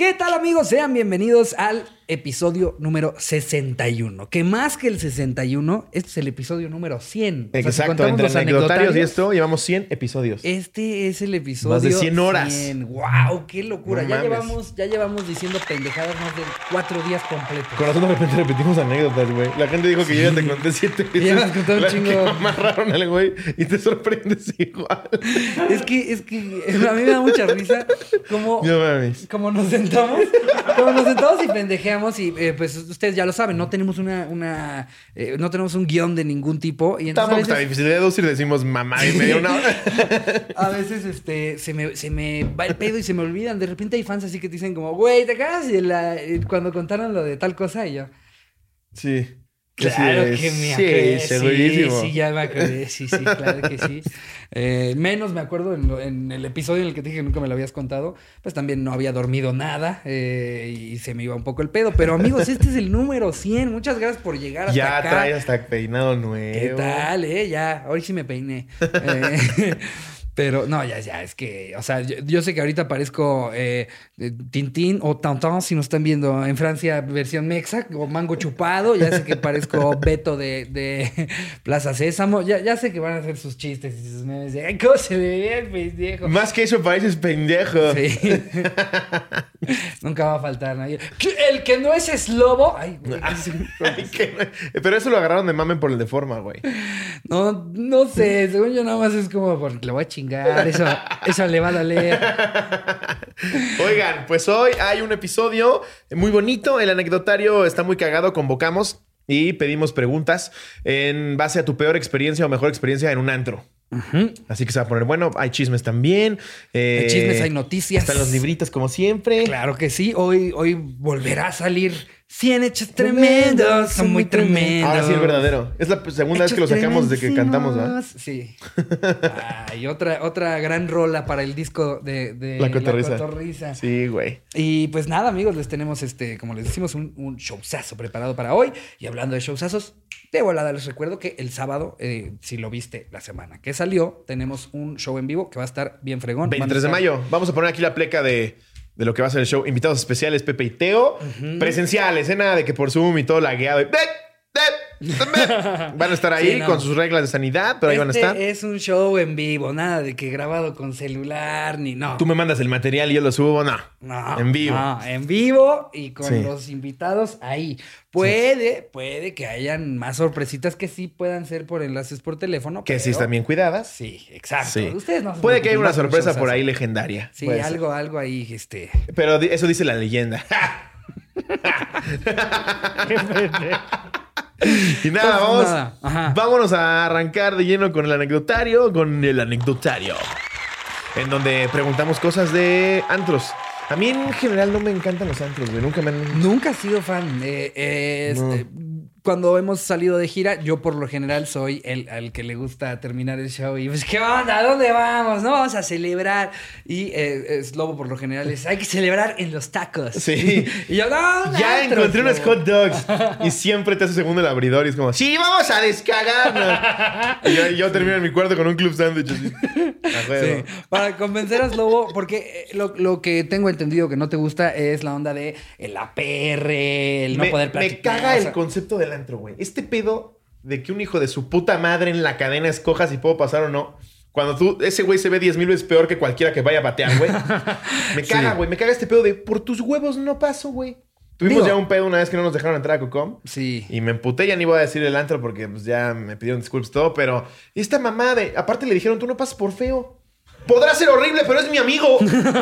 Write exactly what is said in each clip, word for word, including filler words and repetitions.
¿Qué tal, amigos? Sean bienvenidos al episodio número sesenta y uno. Que más que el sesenta y uno, este es el episodio número cien. Exacto, o sea, si entre anecdotarios y esto llevamos cien episodios. Este es el episodio más de cien horas. cien. ¡Wow! ¡Qué locura! No ya, mames. llevamos, ya llevamos diciendo pendejadas más de cuatro días completos. Con razón de repente repetimos anécdotas, güey. La gente dijo que Sí. yo ya te conté siete veces. Ya me has contado un la chingo. que amarraron al güey y te sorprendes igual. Es que, es que a mí me da mucha risa como, No mames. como nos sentamos, como nos sentamos y pendejeamos y eh, pues ustedes ya lo saben, no tenemos una, una eh, no tenemos un guión de ningún tipo. Y entonces Tampoco a está veces, difícil de deducir, decimos mamá y media una hora. a veces este, se, me, se me va el pedo y se me olvidan. De repente hay fans así que te dicen como, güey, ¿te acuerdas de la, eh, cuando contaron lo de tal cosa? Y yo, Sí. claro Sí, que me sí, acordé. Sí, segurísimo. sí, ya me acordé. Sí, sí, claro que sí. Eh, menos me acuerdo en, lo- en el episodio en el que te dije que nunca me lo habías contado. Pues también no había dormido nada eh, y se me iba un poco el pedo. Pero amigos, este es el número cien. Muchas gracias por llegar hasta Ya acá. trae hasta peinado nuevo. ¿Qué tal, eh? Ya, hoy sí me peiné. Eh, Pero no, ya, ya, es que, o sea, yo, yo sé que ahorita parezco eh, eh, Tintín o Tantan, si nos están viendo en Francia, versión mexa, o Mango Chupado, ya sé que parezco Beto de, de Plaza Sésamo, ya, ya sé que van a hacer sus chistes y sus memes de, ay, ¿cómo se me ve el pendejo? Más que eso pareces pendejo. Sí. Nunca va a faltar nadie. El que no es eslobo. Ay, güey. Ay, qué- Pero eso lo agarraron de mame por el de forma, güey. No, no sé, según yo nada más es como porque le voy a chingar, eso, eso le va a doler. Oigan, pues hoy hay un episodio muy bonito. El anecdotario está muy cagado. Convocamos y pedimos preguntas en base a tu peor experiencia o mejor experiencia en un antro. Ujú. Así que se va a poner bueno. Hay chismes también. Eh, Hay chismes, hay noticias. Están los libritos como siempre. Claro que sí, hoy, hoy volverá a salir cien hechos tremendos, son muy tremendos. Ahora sí es verdadero. Es la segunda vez que lo sacamos desde que cantamos, ¿verdad? Sí. Ay, otra, otra gran rola para el disco de, de La Cotorrisa. La Cotorrisa. Sí, güey. Y pues nada, amigos, les tenemos este, como les decimos, un, un showzazo preparado para hoy. Y hablando de showzazos, de volada les recuerdo que el sábado, eh, si lo viste la semana que salió, tenemos un show en vivo que va a estar bien fregón. veintitrés de Van a estar- mayo. Vamos a poner aquí la pleca de, de lo que va a ser el show. Invitados especiales, Pepe y Teo. Presenciales, ¿eh? Nada de que por Zoom y todo lagueado. y- Van a estar ahí Sí, no. con sus reglas de sanidad, pero ahí van a Este estar. es un show en vivo, nada de que grabado con celular ni no. Tú me mandas el material y yo lo subo. No. No, En vivo. no, en vivo y con Sí. los invitados ahí. Puede, puede que hayan más sorpresitas que sí puedan ser por enlaces por teléfono. Que pero- sí están bien cuidadas. Sí, exacto. Sí. Ustedes no se Puede que haya preocupen, una va a ser un sorpresa por showzazo. ahí legendaria. Sí, Puede ser. algo, algo ahí, este. Pero di- eso dice la leyenda. Y nada, Entonces, vamos. nada. Ajá. Vámonos a arrancar de lleno con el anecdotario, con el anecdotario. En donde preguntamos cosas de antros. A mí en general no me encantan los antros, güey. Nunca me han... Nunca he sido fan. Eh, eh, es- No. eh, cuando hemos salido de gira, yo por lo general soy el al que le gusta terminar el show y pues, ¿qué onda? ¿A dónde vamos? No, vamos a celebrar. Y eh, Slobo por lo general es, hay que celebrar en los tacos. Sí. Y yo, no, un Ya antro, encontré unos Slobo". hot dogs. Y siempre te hace segundo el abridor y es como, ¡sí, vamos a descagarnos! Y yo, yo termino en mi cuarto con un club sándwich así. A huevo. Sí, para convencer a Slobo, porque eh, lo, lo que tengo entendido que no te gusta es la onda de el A P R, el no me, poder me platicar. caga o el sea, concepto del antro, güey. Este pedo de que un hijo de su puta madre en la cadena escoja si puedo pasar o no. Cuando tú, ese güey se ve diez mil veces peor que cualquiera que vaya a batear, güey. Me caga, Sí. güey. Me caga este pedo de por tus huevos no paso, güey. Tuvimos Digo- ya un pedo una vez que no nos dejaron entrar a Cocom. Sí. Y me emputé, ya ni voy a decir el antro porque pues ya me pidieron disculpas y todo, pero esta mamá de... Aparte le dijeron, tú no pasas por feo. Podrá ser horrible, pero es mi amigo.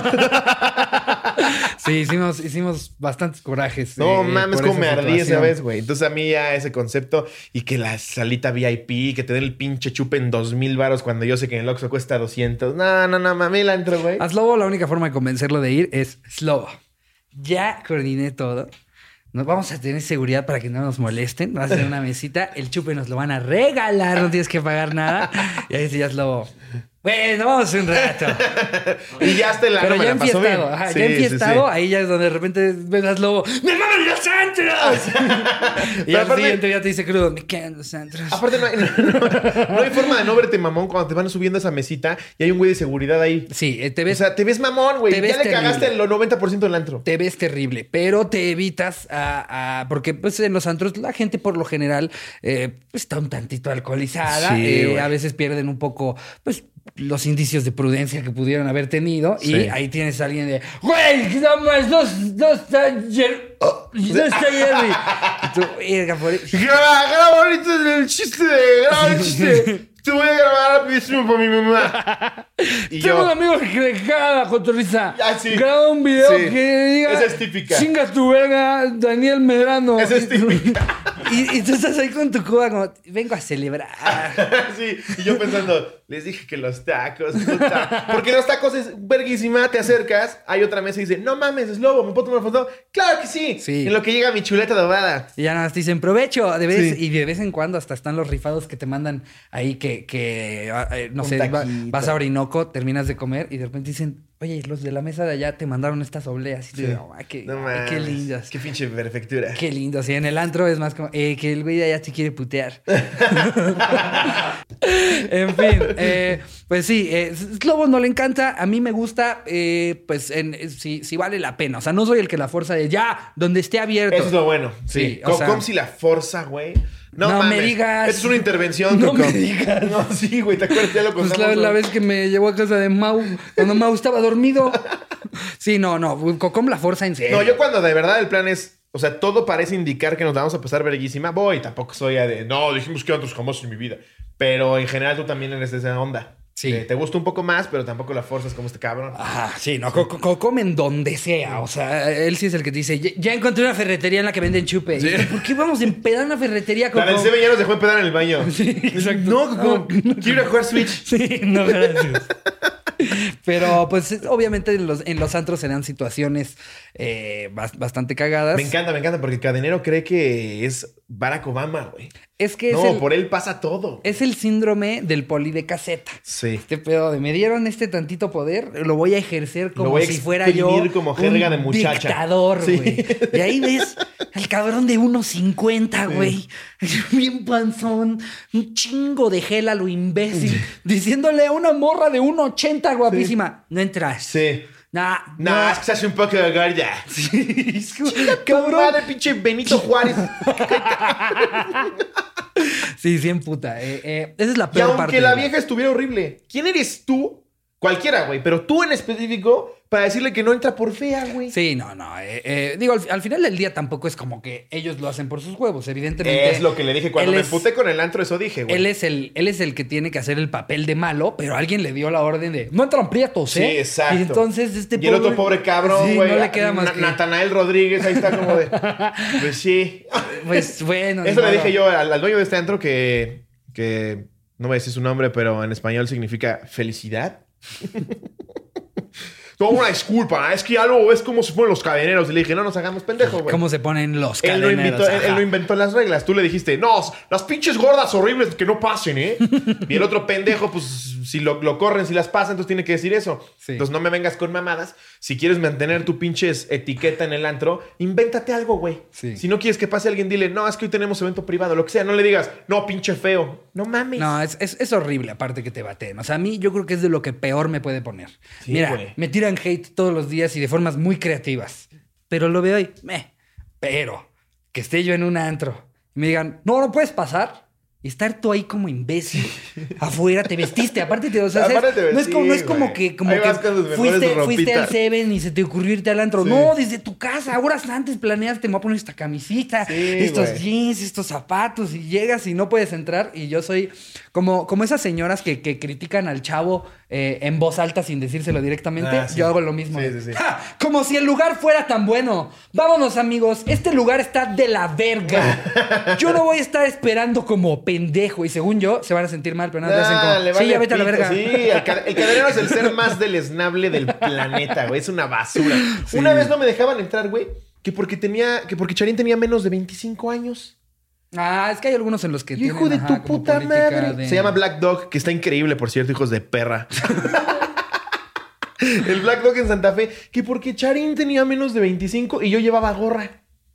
Sí, hicimos, hicimos bastantes corajes. No eh, mames, por como me esa ardí esa situación. vez, güey. Entonces a mí ya ese concepto y que la salita V I P, que te den el pinche chupe en dos mil varos cuando yo sé que en el Oxxo cuesta doscientos. No, no, no, mami, la entro, güey. A Slobo la única forma de convencerlo de ir es Slobo. Ya coordiné todo. Nos vamos a tener seguridad para que no nos molesten. Va a ser una mesita. El chupe nos lo van a regalar. No tienes que pagar nada. Y ahí sí ya Slobo. Bueno, vamos un rato. Y ya hasta el Pero ano ya me la pasó bien. enfiestado, ajá, Sí, ya sí, enfiestado, sí. ahí ya es donde de repente ves al lobo, ¡me maman los antros! y Pero al aparte- siguiente día te dice crudo, me quedan los antros. Aparte, no hay, no, no- no hay forma de no verte mamón cuando te van subiendo a esa mesita y hay un güey de seguridad ahí. Sí, eh, te O ves, sea, te ves mamón, güey. te Ya ves le cagaste terrible. el noventa por ciento del antro. te ves terrible, pero te evitas a, a- porque pues en los antros la gente por lo general eh, está un tantito alcoholizada, Sí, eh, güey. a veces pierden un poco pues los indicios de prudencia que pudieron haber tenido Sí. y ahí tienes a alguien de güey, nada más dos, dos taller, oh, dos taller y tú, verga, por eso. Graba, graba ahorita el chiste, graba el chiste. Te voy a grabar rapidísimo para mi mamá. Y Tengo un yo, amigo que le caga la cotorriza. Ah, sí. Graba un video Sí. que diga. Esa es típica. Chinga tu verga, Daniel Medrano. Esa es típica. Y, y tú estás ahí con tu cuba como, vengo a celebrar. sí, y yo pensando, les dije que los tacos, puta. Porque los tacos es verguísima, te acercas, hay otra mesa y dice, no mames, es lobo, ¿me puedo tomar foto? ¡Claro que sí! Sí. En lo que llega mi chuleta dorada. Y ya nada más te dicen, provecho. De vez, Sí. Y de vez en cuando hasta están los rifados que te mandan ahí que, que ah, eh, no Un sé, va- taquito. vas a Orinoco, terminas de comer y de repente dicen, oye, los de la mesa de allá te mandaron estas obleas. Y tú, Sí. digo, "Ay, qué, No ay, qué mames, lindas. Qué pinche perfectura. Qué lindo. Sí, en el antro es más como eh, que el güey de allá te quiere putear. En fin, eh, pues sí, eh, Slobo no le encanta. A mí me gusta, eh, pues en, eh, sí, sí vale la pena. O sea, no soy el que la fuerza de ya, donde esté abierto. Eso es lo bueno. Sí. Sí, o Co- sea- como si la forza, güey. No, No me mames. digas. Esto es una intervención, No Coco. me digas. No, sí, güey, ¿te acuerdas? Ya lo Pues contamos. la, la ¿no? vez que me llevó a casa de Mau, cuando Mau estaba dormido. Sí, no, no, Cocom la fuerza en serio. No, yo cuando de verdad el plan es... O sea, todo parece indicar que nos vamos a pasar verguísima. Voy, tampoco soy a de... No, dijimos que otros jamás en mi vida. Pero en general tú también eres de esa onda. Sí. Te, te gusta un poco más, pero tampoco la fuerzas como este cabrón. Ah, sí, no, Co- Co- Cocom en donde sea. O sea, él sí es el que te dice, ya, ya encontré una ferretería en la que venden chupe. Sí. Y yo, ¿por qué vamos a empedar una ferretería, La del Cocom? Seven ya nos dejó empedar en el baño. Sí, exacto. No, Coco, quiero ir a jugar Switch. Sí, no, gracias. Pero, pues, obviamente en los, en los antros se dan situaciones eh, bas- bastante cagadas. Me encanta, me encanta, porque Cadenero cree que es Barack Obama, güey. Es que es, No, el, por él pasa todo. es el síndrome del poli de caseta. Sí. Este pedo de me dieron este tantito poder, lo voy a ejercer como Lo voy a si fuera yo exprimir como jerga un de muchacha. dictador, Sí. güey. Y ahí ves al cabrón de uno cincuenta, güey. Bien panzón, un chingo de gel a lo imbécil, diciéndole a una morra de uno ochenta guapísima, no entras. Sí. Nah, No, es que se hace un poco de gorda. Sí, es como, Cabrón, cabrón. madre, pinche Benito Juárez. Sí, sí, puta. Eh, eh, esa es la Y peor aunque parte. la de- vieja estuviera horrible, ¿quién eres tú? Cualquiera, güey, pero tú en específico para decirle que no entra por fea, güey. Sí, no, no. eh, eh, digo, al, al final del día tampoco es como que ellos lo hacen por sus huevos, evidentemente. Es lo que le dije cuando él me es- emputé con el antro, eso dije, güey. Él es, el, él es el que tiene que hacer el papel de malo, pero alguien le dio la orden de no entran prietos, ¿eh? Sí, exacto. Y entonces este Y el otro pobre cabrón, Sí, güey. no le queda más Na- que... Natanael Rodríguez, ahí está como de. Pues sí. Pues bueno. Eso ni le modo. dije yo al, al dueño de este antro que. que no voy a decir su nombre, pero en español significa felicidad. No, una disculpa, es que algo es como se ponen los cadeneros. Y le dije, no nos hagamos pendejos, güey. ¿Cómo se ponen los Él no, cadeneros? invitó, él, Ajá. él no inventó las reglas. Tú le dijiste, no, las pinches gordas horribles que no pasen, ¿eh? Y el otro pendejo, pues, si lo, lo corren, si las pasan, entonces tiene que decir eso. Sí. Entonces no me vengas con mamadas. Si quieres mantener tu pinches etiqueta en el antro, invéntate algo, güey. Sí. Si no quieres que pase alguien, dile, no, es que hoy tenemos evento privado, lo que sea. No le digas, no, pinche feo. No mames. No, es, es, es horrible, aparte que te baten. O sea, a mí yo creo que es de lo que peor me puede poner. Sí, Mira, güey. me tiran hate todos los días y de formas muy creativas. Pero lo veo y, meh. Pero que esté yo en un antro y me digan, no, no puedes pasar. Y estar tú ahí como imbécil afuera, te vestiste. Aparte, te, o sea, Aparte te no es como, no es vestí, como güey. que, como Ahí que vas con tus mejores fuiste, fuiste al ropitas. Seven y se te ocurrió irte al antro. Sí. No, desde tu casa, horas antes planeaste, me voy a poner esta camisita, Sí, estos güey. jeans, estos zapatos, y llegas y no puedes entrar. Y yo soy como, como esas señoras que, que critican al chavo eh, en voz alta sin decírselo directamente. Ah, sí. Yo hago lo mismo. Sí, sí, sí. ¡Ja! Como si el lugar fuera tan bueno. Vámonos, amigos. Este lugar está de la verga. Yo no voy a estar esperando como pendejo. Y según yo, se van a sentir mal, pero nada, te hacen Ah, como, le sí, vale ya vete a la pito, verga. Sí, el, ca- el cadenero es el ser más deleznable del planeta, güey. Es una basura. Una vez no me dejaban entrar, güey, que porque tenía, que porque Charín tenía menos de veinticinco años. Ah, es que hay algunos en los que Hijo tienen, de ajá, tu como puta política madre. de- Se llama Black Dog, que está increíble, por cierto, hijos de perra. El Black Dog en Santa Fe, que porque Charín tenía menos de veinticinco y yo llevaba gorra.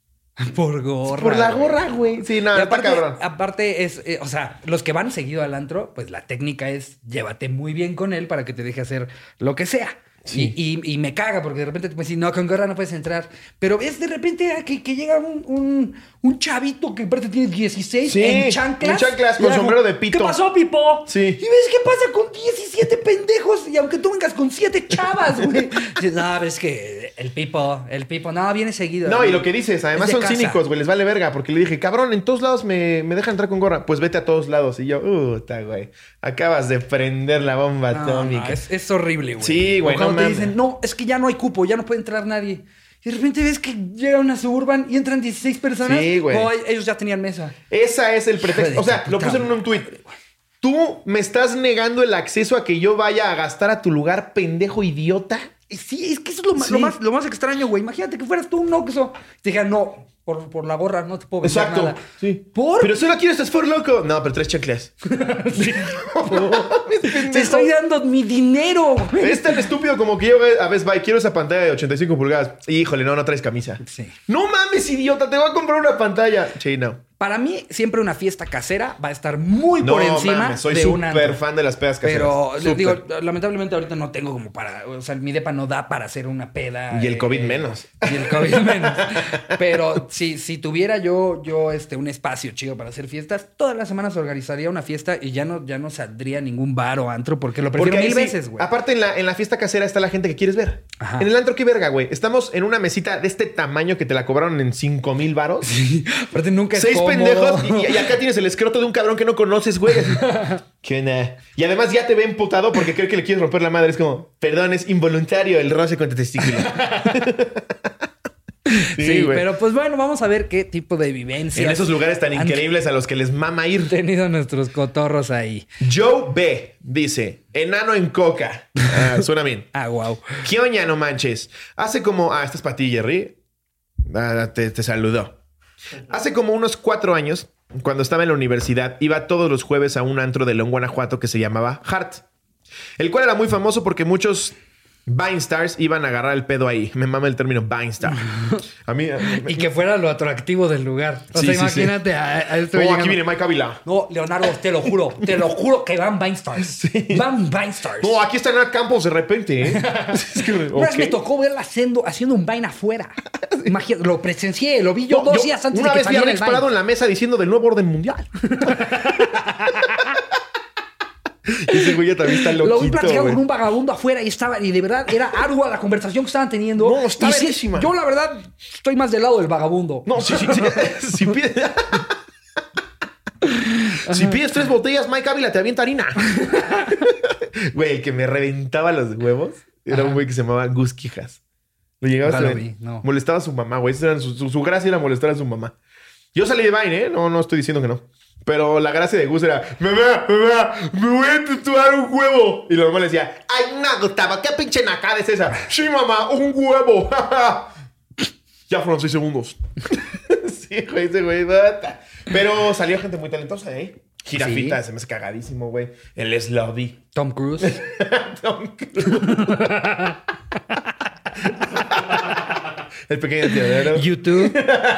Por gorra. Por la güey. gorra, güey. Sí, no, Y está aparte, cabrón. aparte es, eh, o sea, los que van seguido al antro, pues la técnica es llévate muy bien con él para que te deje hacer lo que sea. Sí. Y, y- y me caga porque de repente te pueden decir, no, con gorra no puedes entrar. Pero es de repente ah, que, que llega un, un, un chavito que aparte tiene dieciséis Sí, en chanclas. en chanclas, y con hago, sombrero de pito. ¿Qué pasó, Pipo? Sí. Y ves qué pasa con diecisiete pendejos y aunque tú vengas con siete chavas, güey. Dices, no, ves que el Pipo, el Pipo, no, viene seguido. No, y lo que dices, además Es de son casa. cínicos, güey, les vale verga, porque le dije, cabrón, en todos lados me, me dejan entrar con gorra. Pues vete a todos lados. Y yo, puta, güey, acabas de prender la bomba No, atómica. no, es, es horrible, güey. Sí, güey, O cuando no te mames. dicen, no, es que ya no hay cupo, ya no puede entrar nadie. Y de repente ves que llega una Suburban y entran dieciséis personas. Sí, güey. Oh, ellos ya tenían mesa. Esa es el Hijo de pretexto. O sea, tu lo puta puse en un tuit. madre, güey. Tú me estás negando el acceso a que yo vaya a gastar a tu lugar, pendejo idiota. Y sí, es que eso es lo, más, Sí. lo, más, lo más extraño, güey. Imagínate que fueras tú un Oxxo. Te dijeran, no, por, por la gorra no te puedo vender Exacto. nada. Sí. ¿Por? Pero solo quiero estar for loco. No, pero tres chanclas. Sí. No mames, pendejo. Te estoy dando mi dinero, güey. Es tan estúpido como que yo a Best Buy quiero esa pantalla de ochenta y cinco pulgadas. Híjole, no, no traes camisa. Sí. No mames, idiota, te voy a comprar una pantalla. Sí, no. Para mí, siempre una fiesta casera va a estar muy No por encima mames, soy de un súper antro. fan de las pedas caseras. Pero Súper. digo, lamentablemente ahorita no tengo como para, o sea, mi depa no da para hacer una peda. Y el COVID menos. Y el COVID menos. Pero si, si tuviera yo, yo este, un espacio chido para hacer fiestas, todas las semanas organizaría una fiesta y ya no, ya no saldría a ningún bar o antro porque lo prefiero Porque ahí mil sí, veces, güey. aparte, en la, en la fiesta casera está la gente que quieres ver. Ajá. En el antro, qué verga, güey. Estamos en una mesita de este tamaño que te la cobraron en cinco mil varos. Aparte nunca es Seis cómodo. pendejos y, y acá tienes el escroto de un cabrón que no conoces, güey. Así, ¿qué onda? Y además ya te ve emputado porque cree que le quieres romper la madre. Es como, perdón, es involuntario el roce con tu testículo. Sí, güey. pero pues bueno, vamos a ver qué tipo de vivencias En esos lugares tan han increíbles a los que les mama ir. tenido nuestros cotorros ahí. Joe B dice, enano en coca. Ah, suena bien. Ah, wow. ¿Qué oña, no manches? Hace como... Ah, esta es para ti, Jerry. Ah, te, te saludó. Hace como unos cuatro años, cuando estaba en la universidad, iba todos los jueves a un antro de León, Guanajuato que se llamaba Heart, el cual era muy famoso porque muchos Vine Stars iban a agarrar el pedo ahí. Me mama el término Vine Star. A mí... a mí- Y que fuera lo atractivo del lugar. O Sí, sea, sí, imagínate a, a esto Oh, llegando. aquí viene Mike Ávila. No, Leonardo, te lo juro, te lo juro que van Vine Stars. Van Vine Stars. No, aquí está en Campos de repente, ¿eh? Es que, Una vez ok. me tocó verla haciendo, haciendo un Vine afuera. Imagínate, lo presencié, lo vi yo No, dos yo días antes una de que vez vi a saliera el Rex Vine. parado en la mesa diciendo del nuevo orden mundial. Ese güey ya también está loquito, Lo vi platicando güey. con un vagabundo afuera y estaba, y de verdad era ardua la conversación que estaban teniendo. No, está Y sí, verguísima. yo, la verdad, estoy más del lado del vagabundo. No, sí, sí, sí. Si pides... Si pides tres botellas, Mike Ávila te avienta harina. Güey, el que me reventaba los huevos era un güey que se llamaba Gus Quijas. Lo llegabas Nunca a lo ver. vi, no. Molestaba a su mamá, güey. Esa era Su, su, su gracia era molestar a su mamá. Yo salí de Vine, ¿eh? No, no estoy diciendo que no. Pero la gracia de Gus era, mamá, mamá, me voy a tatuar un huevo. Y la mamá le decía, ay, no, Gustavo, ¿qué pinche nacada es esa? Sí, mamá, un huevo. Ya fueron seis segundos. Sí, güey, ese güey. Nata. Pero salió gente muy talentosa de ahí. Jirafita, Sí. se me hace cagadísimo, güey. El Slobby. Tom Cruise. Tom Cruise. El pequeño teodoro. YouTube.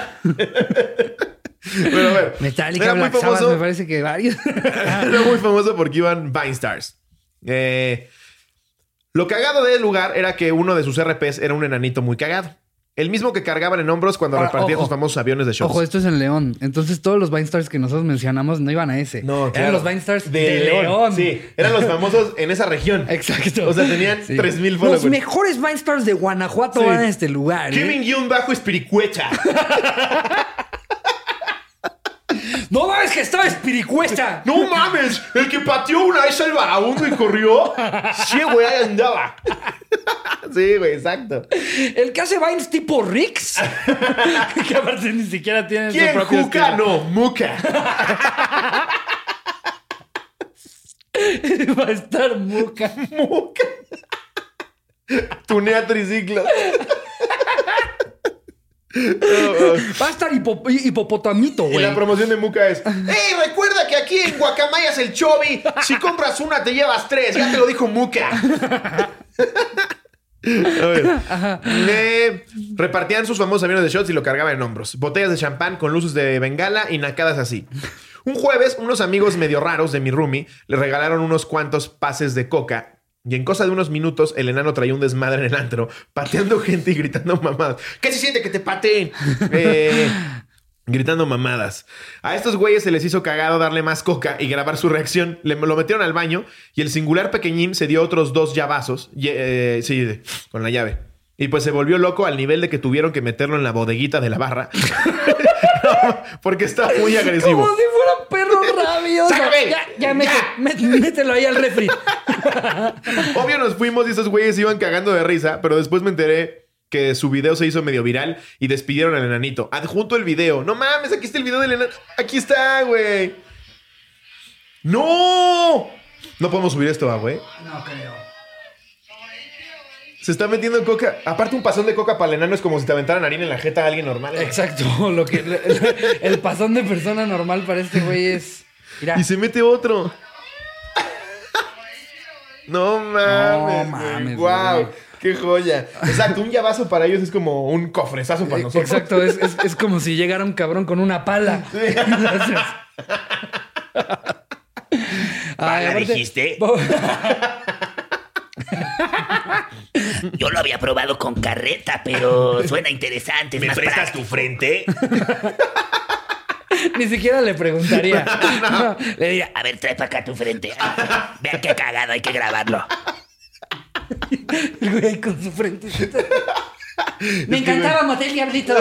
Pero a ver. Metallica, era muy Black Sabbath, famoso. me parece que varios. Era muy famoso porque iban Vine Stars. Eh, lo cagado del lugar era que uno de sus R Ps era un enanito muy cagado. El mismo que cargaban en hombros cuando Ahora, repartían ojo. sus famosos aviones de shows. Ojo, esto es en León. Entonces todos los Vine Stars que nosotros mencionamos no iban a ese. No, claro. Eran los Vine Stars de, León. Sí, eran los famosos en esa región. Exacto. O sea, tenían Sí. tres mil Los followers. mejores Vine Stars de Guanajuato Sí. van a este lugar. ¿eh? Kevin guión bajo Espiricueta. No mames que estaba espiricuesta. ¡No mames! El que pateó una vez al vagabundo y corrió. Sí, güey, ahí andaba. Sí, güey, exacto. El que hace Vines tipo Rix. Que aparte ni siquiera tiene su ¿Quién propio juca? estilo. No, Muca. Va a estar muca. Muca. Tunea triciclos. Va a estar hipo- hipopotamito, güey. Y la promoción de Muca es: ¡Ey, recuerda que aquí en Guacamayas el Chovi, si compras una te llevas tres! Ya te lo dijo Muca. A ver. Eh, repartían sus famosos aviones de shots y lo cargaban en hombros. Botellas de champán con luces de bengala y nacadas así. Un jueves, unos amigos medio raros de mi roomie le regalaron unos cuantos pases de coca. Y en cosa de unos minutos, el enano traía un desmadre en el antro, pateando gente y gritando mamadas. ¿Qué se siente que te pateen? Eh, gritando mamadas. A estos güeyes se les hizo cagado darle más coca y grabar su reacción. Le, lo metieron al baño y el singular pequeñín se dio otros dos llavazos. Y, eh, sí, con la llave. Y pues se volvió loco al nivel de que tuvieron que meterlo en la bodeguita de la barra. No, porque estaba muy agresivo. Como si fuera perro rabioso. ¡Sácame! Ya, ya, mete, ¡Ya! mete- mételo ahí al refri. Obvio nos fuimos y esos güeyes iban cagando de risa, pero después me enteré que su video se hizo medio viral y despidieron al enanito. Adjunto el video. No mames, aquí está el video del enano. Aquí está, güey. ¡No! No podemos subir esto, güey. No creo. Se está metiendo coca. Aparte, un pasón de coca para el enano es como si te aventaran harina en la jeta a alguien normal. güey. Exacto. Lo que, el, el pasón de persona normal para este güey es... Mira. Y se mete otro. No mames, No mames, Wow, güey. qué joya. Exacto, un llavazo para ellos es como un cofrezazo para nosotros. Exacto. Es, es, es como si llegara un cabrón con una pala. Sí. Entonces... Ay, ¿Pala aparte- dijiste? Bo- Yo lo había probado con carreta, pero suena interesante. Es ¿Me más prestas práctico. tu frente? Ni siquiera le preguntaría. No, le diría, A ver, trae para acá tu frente. Ah, Vean qué cagado, hay que grabarlo. el güey con su frente. Me encantaba Motel Diablito.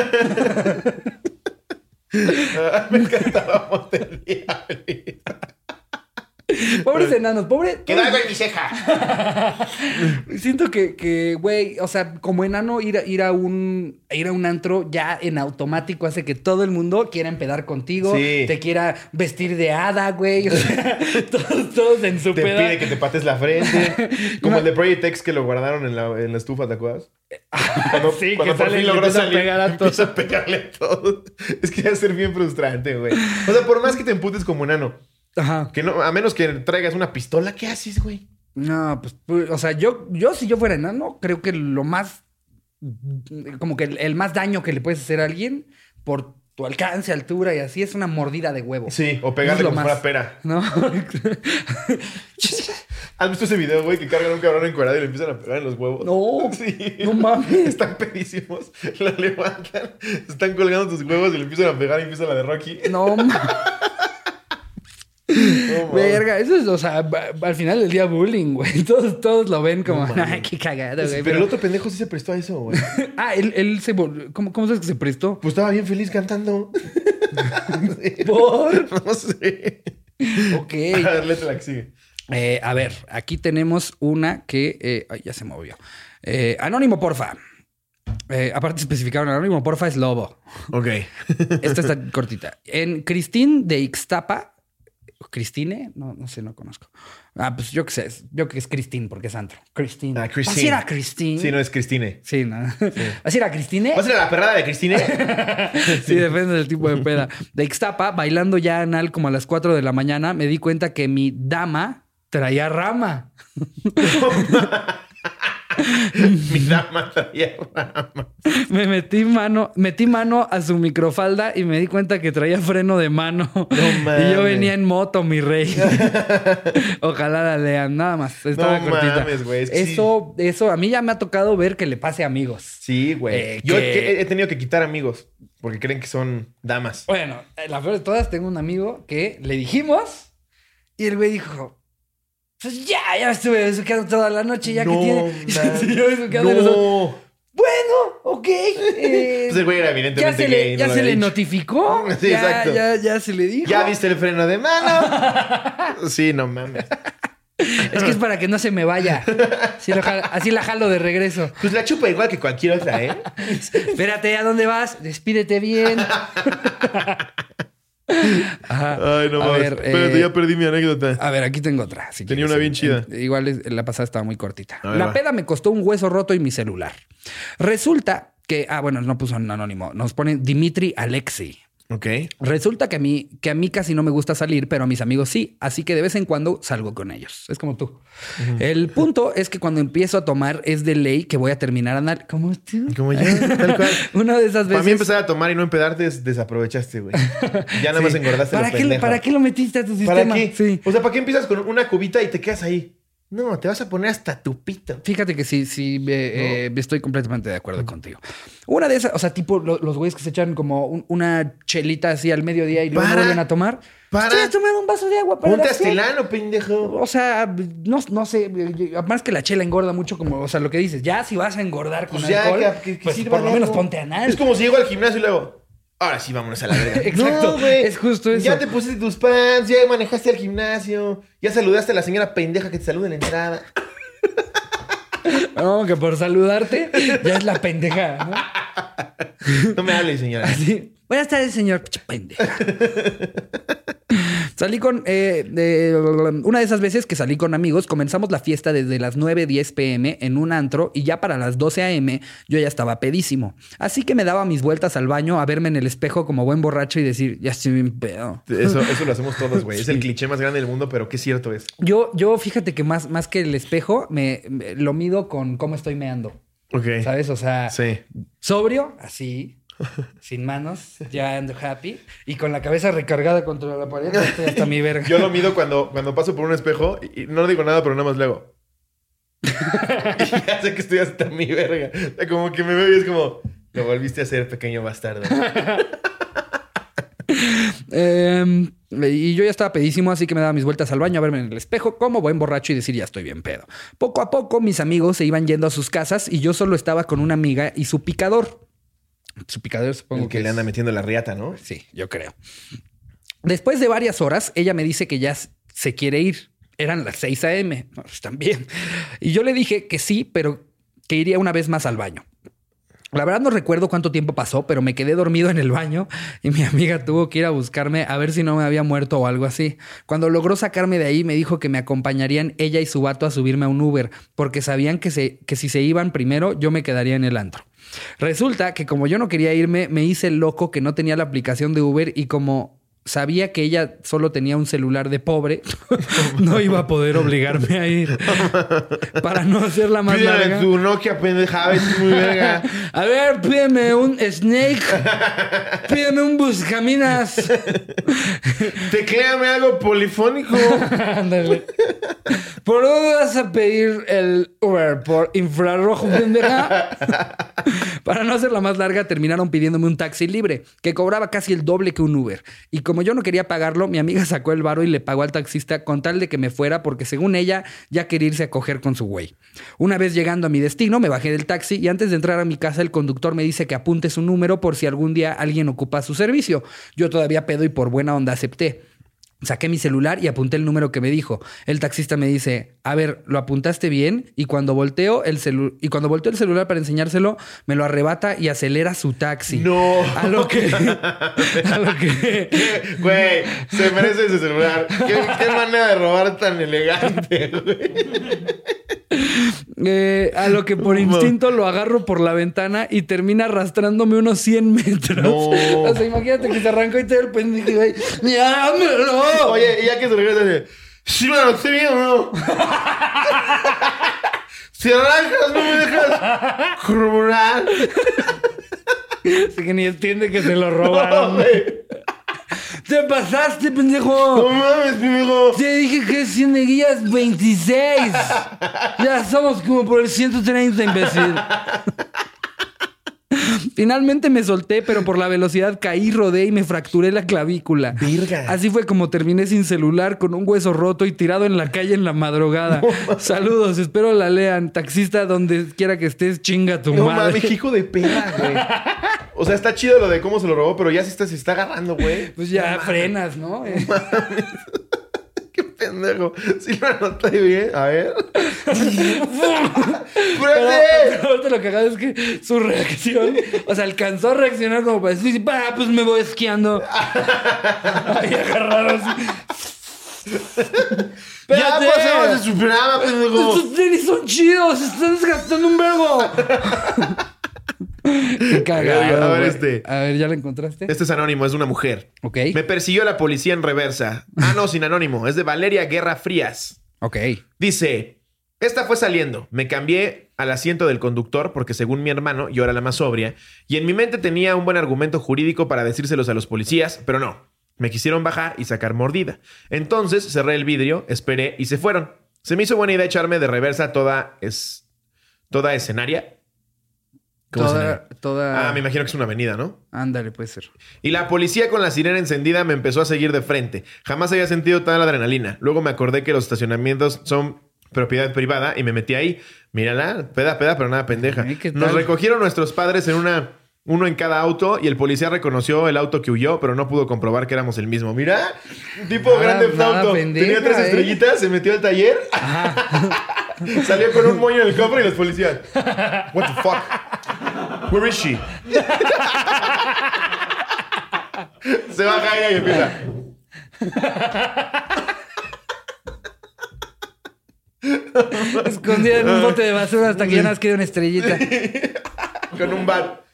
Ah, me encantaba Motel Diablito. Pobres enanos, pobre. ¡Quedó algo en mi ceja! Siento que, que, güey, o sea, como enano, ir a, ir a un ir a un antro ya en automático hace que todo el mundo quiera empedar contigo, Sí. te quiera vestir de hada, güey. O sea, todos, todos en su Te peda. pide que te pates la frente. Como el de Project X que lo guardaron en la, en la estufa, ¿te acuerdas? Cuando, Sí, cuando que por sale fin y le logró empieza a salir, pegar a todos. empieza a pegarle a todo. Es que debe ser bien frustrante, güey. O sea, por más que te emputes como enano, Ajá. que no, a menos que traigas una pistola, ¿qué haces, güey? No, pues, pues, o sea, yo, yo si yo fuera enano, creo que lo más, como que el, el más daño que le puedes hacer a alguien por tu alcance, altura y así es una mordida de huevo. Sí, o Eso pegarle es lo como si más. fuera pera. ¿No? ¿Has visto ese video, güey, que cargan a un cabrón encuadrado y le empiezan a pegar en los huevos? No, Sí. no mames. Están pedísimos. La levantan, están colgando tus huevos y le empiezan a pegar y empieza la de Rocky. No, mames. No, mames. Verga, eso es, o sea, va- al final del día bullying, güey. Todos, todos lo ven como, No mames. ay, qué cagado, güey. Pero Pero, el otro pendejo sí se prestó a eso, güey. ah, él, él se, vol- ¿cómo, ¿cómo sabes que se prestó? Pues estaba bien feliz cantando. Sí. Por. No sé. Ok. A ver, léete la que sigue. Eh, a ver, aquí tenemos una que... eh, ay, ya se movió. Eh, anónimo, porfa. Eh, aparte especificaron, anónimo, porfa, es lobo. Ok. Esta está cortita. En Cristín de Ixtapa... ¿Cristine? No, no sé, no conozco. Ah, pues yo qué sé. Yo que es Cristín porque es antro. Cristín. Ah, Christine. Así era Cristín. Sí, no es Cristine. Sí, no. Así era Cristine. ¿Vas a ir a la perrada de Cristine? Sí, depende del tipo de peda. De Ixtapa, bailando ya anal como a las cuatro de la mañana, me di cuenta que mi dama traía rama. Mi dama traía rama. Me metí mano, metí mano a su microfalda y me di cuenta que traía freno de mano. mames. Y yo venía en moto, mi rey. Ojalá la lean, nada más. Estaba No cortita. mames, güey, es que Eso, eso, a mí ya me ha tocado ver que le pase a amigos. Sí, güey. Eh, Yo que- he, he tenido que quitar amigos porque creen que son damas. Bueno, la peor de todas, tengo un amigo que le dijimos y el güey dijo: pues ya, ya me estuve besuqueando toda la noche, ya No, que tiene. man. Y se siguió besuqueando y nosotros, No. bueno, ok. eh, Pues el güey era ya evidentemente se gay. le, no ya lo se había le dicho. notificó. Sí, ya, exacto. Ya, ya se le dijo. ¿Ya viste el freno de mano? Sí, no mames. Es que es para que no se me vaya. Así, lo jalo- así la jalo de regreso. Pues la chupa igual que cualquier otra, ¿eh? Espérate, ¿a dónde vas? Despídete bien. Ajá. Ay, no A mames. ver, Espérate, eh, ya perdí mi anécdota. A ver, aquí tengo otra. si Tenía quieres. una bien chida. En- Igual es- la pasada estaba muy cortita. A ver, La va. peda me costó un hueso roto y mi celular. Resulta que... Ah, bueno, no puso un anónimo. Nos pone Dimitri Alexei. Ok. Resulta que a mí, que a mí casi no me gusta salir, pero a mis amigos sí. Así que de vez en cuando salgo con ellos. Es como tú. Uh-huh. El punto es que cuando empiezo a tomar es de ley que voy a terminar a andar. ¿Cómo tú? Como yo, tal cual. Una de esas veces... Para mí empezar a tomar y no empedarte des- desaprovechaste, güey. Ya nada sí. más engordaste ¿Para lo qué, ¿Para qué lo metiste a tu sistema? ¿Para qué? Sí. O sea, ¿para qué empiezas con una cubita y te quedas ahí? No, te vas a poner hasta tu pito. Fíjate que sí, sí, eh, no. eh, estoy completamente de acuerdo contigo. Una de esas, o sea, tipo lo, los güeyes que se echan como un, una chelita así al mediodía y luego para, vuelven a tomar. Para. Estoy tomando un vaso de agua. Para Ponte astilano, pendejo. O sea, no, no sé, más que la chela engorda mucho, como, o sea, lo que dices. Ya si vas a engordar con pues alcohol, ya, que, que, que pues por lo menos ponte anal. Es como si llego al gimnasio y luego... Ahora sí, vámonos a la verga. Exacto. No, es justo eso. Ya te pusiste tus pants, ya manejaste al gimnasio, ya saludaste a la señora pendeja que te saluda en la entrada. No, que por saludarte ya es la pendeja, ¿no? No me hables, señora. Así. Buenas tardes, señor. Pendeja. Salí con... Eh, eh, una de esas veces que salí con amigos, comenzamos la fiesta desde las nueve diez pm en un antro y ya para las doce am yo ya estaba pedísimo. Así que me daba mis vueltas al baño a verme en el espejo como buen borracho y decir, ya estoy bien pedo. Eso, eso lo hacemos todos, güey. Sí. Es el cliché más grande del mundo, pero qué cierto es. Yo, yo fíjate que más, más que el espejo, me, me lo mido con cómo estoy meando. Ok. ¿Sabes? O sea, sí. sobrio, así... sin manos, ya ando happy. Y con la cabeza recargada contra la pared, estoy hasta mi verga. Yo lo mido cuando, cuando paso por un espejo y no digo nada, pero nada más le hago. Y ya sé que estoy hasta mi verga. O sea, como que me veo y es como, lo volviste a hacer, pequeño bastardo. eh, y yo ya estaba pedísimo, así que me daba mis vueltas al baño a verme en el espejo como buen borracho y decir, ya estoy bien pedo. Poco a poco, mis amigos se iban yendo a sus casas y yo solo estaba con una amiga y su picador. Su picadero, supongo el que, que le es... anda metiendo la riata, ¿no? Sí, yo creo. Después de varias horas, ella me dice que ya se quiere ir. Eran las seis am. No, están bien. Y yo le dije que sí, pero que iría una vez más al baño. La verdad no recuerdo cuánto tiempo pasó, pero me quedé dormido en el baño y mi amiga tuvo que ir a buscarme a ver si no me había muerto o algo así. Cuando logró sacarme de ahí, me dijo que me acompañarían ella y su vato a subirme a un Uber, porque sabían que, se, que si se iban primero, yo me quedaría en el antro. Resulta que como yo no quería irme, me hice el loco que no tenía la aplicación de Uber y como sabía que ella solo tenía un celular de pobre, no iba a poder obligarme a ir. Para no hacerla más Pídele larga. tu Nokia, pendeja, es muy verga. A ver, pídeme un Snake. Pídeme un Buscaminas. Tecléame algo polifónico. Ándale. ¿Por dónde vas a pedir el Uber? ¿Por infrarrojo, pendeja? Para no hacerla más larga, terminaron pidiéndome un taxi libre, que cobraba casi el doble que un Uber. Y como yo no quería pagarlo, mi amiga sacó el varo y le pagó al taxista con tal de que me fuera, porque según ella, ya quería irse a coger con su güey. Una vez llegando a mi destino, me bajé del taxi y antes de entrar a mi casa, el conductor me dice que apunte su número por si algún día alguien ocupa su servicio. Yo todavía pedo y por buena onda acepté. Saqué mi celular y apunté el número que me dijo. El taxista me dice, a ver, ¿lo apuntaste bien? Y cuando volteo el celu- y cuando volteo el celular para enseñárselo, me lo arrebata y acelera su taxi. No. A lo que... a lo que... Güey, se merece ese celular. ¿Qué, qué manera de robar tan elegante, güey? Eh, a lo que por instinto lo agarro por la ventana y termina arrastrándome unos cien metros. No. O sea, imagínate que se arrancó y te el pendejo y güey, ¡llámelo! Oye, y ya que se regresa, dice, sí, me lo sé bien o no. Si arrancas, no me dejas corroborar. Así que ni entiende que se lo robaron. No, ¡Te pasaste, pendejo! no mames, pendejo. Te dije que cien de guías veintiséis. Ya somos como por el ciento treinta, imbécil. Finalmente me solté, pero por la velocidad caí, rodé y me fracturé la clavícula. Virga. Así fue como terminé sin celular, con un hueso roto y tirado en la calle en la madrugada. No, saludos, espero la lean. Taxista, donde quiera que estés, chinga tu no, madre. No mames, hijo de perra, güey. O sea, está chido lo de cómo se lo robó, pero ya se está, se está agarrando, güey. Pues ya no, frenas, ¿no? No mames. Qué pendejo. Sí lo anoté bien. A ver. Pero lo cagado es que su reacción, o sea, alcanzó a reaccionar como para decir, ah, pues me voy esquiando. Ahí agarrado así. Ya pasamos de su programa, pendejo. Estos tenis son chidos, se están desgastando un vergo. Qué cagado. A ver, güey. este. A ver, ¿ya la encontraste? Este es anónimo, es de una mujer. Ok. Me persiguió la policía en reversa. Ah, no, sin anónimo. Es de Valeria Guerra Frías. Ok. Dice, esta fue saliendo. Me cambié al asiento del conductor porque según mi hermano yo era la más sobria y en mi mente tenía un buen argumento jurídico para decírselos a los policías, pero no. Me quisieron bajar y sacar mordida. Entonces cerré el vidrio, esperé y se fueron. Se me hizo buena idea echarme de reversa toda es toda escenaria. ¿Cómo Toda, escenaria? toda... Ah, me imagino que es una avenida, ¿no? Ándale, puede ser. Y la policía con la sirena encendida me empezó a seguir de frente. Jamás había sentido tal adrenalina. Luego me acordé que los estacionamientos son propiedad privada y me metí ahí. Mírala, peda, peda, pero nada pendeja. Ay, ¿qué tal? Nos recogieron nuestros padres en una... Uno en cada auto y el policía reconoció el auto que huyó, pero no pudo comprobar que éramos el mismo. Mira, tipo Nada- grande nada auto. pendeja, Tenía tres ¿eh? estrellitas, se metió al taller, salió con un moño en el cofre y los policías. What the fuck? Where is she? Se baja ella y empieza. Escondida en un bote de basura hasta que ya nos queda una estrellita. Con un bat.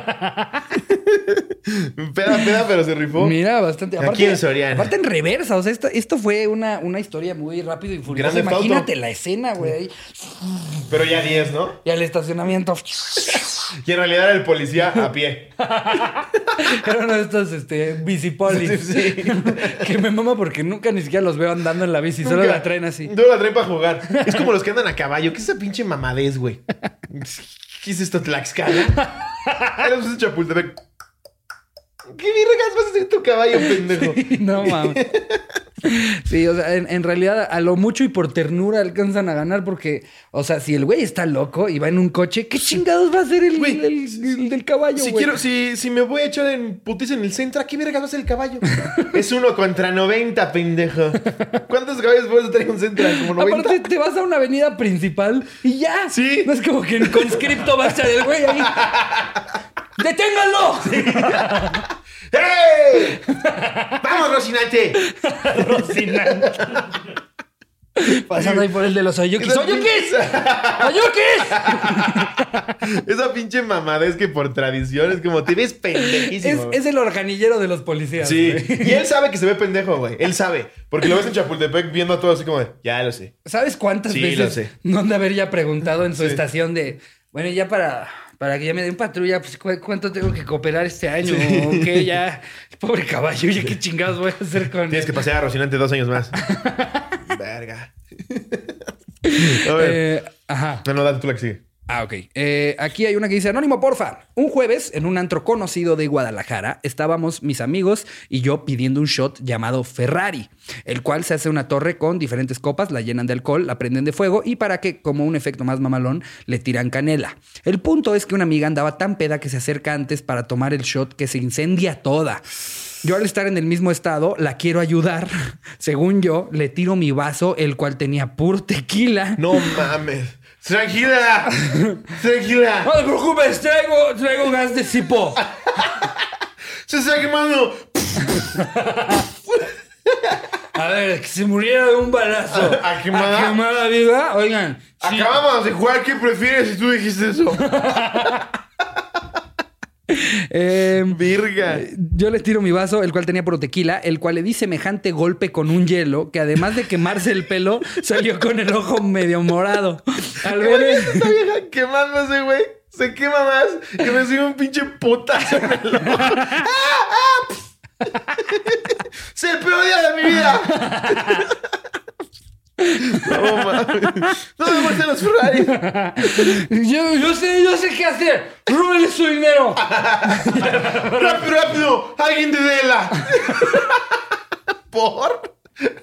Peda, peda, pero se rifó. Mira, bastante. Aquí en Soriana. Aparte en reversa. O sea, esto, esto fue una, una historia muy rápido y furiosa. Grande Theft Imagínate Auto. la escena, güey. Pero ya diez, ¿no? Y al estacionamiento. Y en realidad era el policía a pie. Eran uno de estos este, bicipolis. Sí, sí. Que me mama porque nunca ni siquiera los veo andando en la bici. Solo Nunca. la traen así. Solo la traen para jugar. Es como los que andan a caballo. ¿Qué es esa pinche mamadez, güey? ¿Qué es esto, Tlaxcala? Era un Chapultepec. ¿Qué virgas vas a hacer tu caballo, pendejo? No mames. Sí, o sea, en, en realidad a lo mucho y por ternura alcanzan a ganar porque, o sea, si el güey está loco y va en un coche, ¿qué chingados va a hacer el, Güey, el- el- el del caballo, Si güey? quiero, si, si me voy a echar en putiza en el centro, ¿a qué vergas va a ser el caballo? Es uno contra noventa, pendejo. ¿Cuántos caballos puedes traer un centro? ¿Como noventa? Aparte, te vas a una avenida principal y ya. Sí. No es como que en conscripto va a estar el güey ahí. ¡Deténganlo! ¡Hey! ¡Vamos, Rocinante! Rocinante. Pasando ahí por el de los oyukis. ¡Oyukis! ¡Oyukis! Esa pinche mamadez que por tradición es como te ves Es, pendejísimo. es el organillero de los policías. Sí, güey. y él sabe que se ve pendejo, güey. Él sabe. Porque lo ves en Chapultepec viendo a todos así como de, ya lo sé. ¿Sabes cuántas Sí, veces lo sé. no han de haber ya preguntado en su Sí. estación de, bueno, ya para, para que ya me den patrulla, pues ¿cu- cuánto tengo que cooperar este año? Sí. ¿O qué? Ya, pobre caballo, ya qué chingados voy a hacer con Tienes que pasear a Rocinante dos años más. Verga. A ver. Eh, ajá. No, no, date tú la que sigue. Ah, ok. Eh, aquí hay una que dice, Anónimo, porfa. Un jueves, en un antro conocido de Guadalajara, estábamos mis amigos y yo pidiendo un shot llamado Ferrari, el cual se hace una torre con diferentes copas, la llenan de alcohol, la prenden de fuego y para que, como un efecto más mamalón, le tiran canela. El punto es que una amiga andaba tan peda que se acerca antes para tomar el shot que se incendia toda. Yo al estar en el mismo estado, la quiero ayudar. Según yo, le tiro mi vaso, el cual tenía pur tequila. No mames. Tranquila. Tranquila. No te preocupes, traigo, traigo gas de cipo. Se está quemando. A ver, que se muriera de un balazo. ¿A- a quemada? ¿A quemada viva? Oigan. sí. Acabamos de jugar. ¿Qué prefieres si tú dijiste eso? Eh, Virga. yo le tiro mi vaso, el cual tenía puro tequila, el cual le di semejante golpe con un hielo que además de quemarse el pelo, salió con el ojo medio morado. Al ver el- Esta vieja quemándose, güey. Se quema más que me sigue un pinche putazo en el ojo. ¡Ah! ¡Ah! ¡Es el peor día de mi vida! No mames. No me muestren los Ferrari. yo, yo sé, yo sé qué hacer. Róbenle su dinero. ¡Rápido, rápido! ¡Alguien de Dela! ¿Por?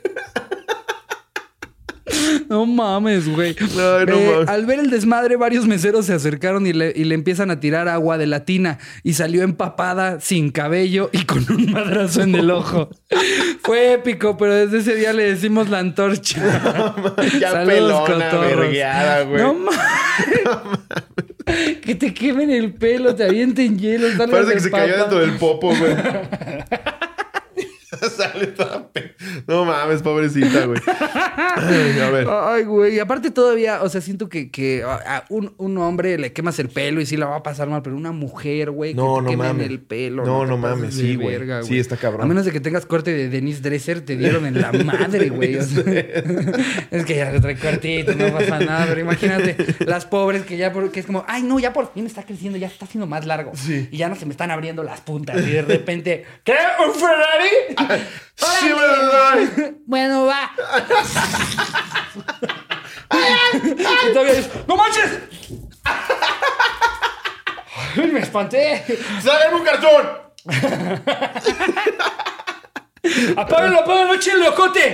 No mames, güey. No, no Eh, mames. al ver el desmadre, varios meseros se acercaron y le, y le empiezan a tirar agua de la tina. Y salió empapada, sin cabello y con un madrazo en el ojo. Fue épico, pero desde ese día le decimos la antorcha. Ya Saludos, pelona, cotorros. vergueada, güey. No mames. Que te quemen el pelo, te avienten hielo. salgas Parece que de se cayó papa. dentro del popo, güey. Sale toda pe... No mames, pobrecita, güey. Ay, a ver. Ay, güey. Y aparte todavía, o sea, siento que, que a un, un hombre le quemas el pelo y sí la va a pasar mal, pero una mujer, güey, que No, te no quemen mames. el pelo. No, te no pases mames, de sí, güey. verga, Sí, está cabrón. A menos de que tengas corte de Denise Dresser, te dieron en la madre, güey. O sea, es que ya se trae cortito, no pasa nada. Pero imagínate, las pobres que ya, por, que es como, ay, no, ya por fin está creciendo, ya está haciendo más largo. Sí. Y ya no se me están abriendo las puntas. Y de repente, ¿qué? ¿Un Ferrari? Sí, ¡Órale! güey. Bueno, va. Y todavía dices, ¡no manches! Ay, me espanté. ¡Sáquenme un cartón! ¡Apáguenlo, apáguenlo, échenle locote!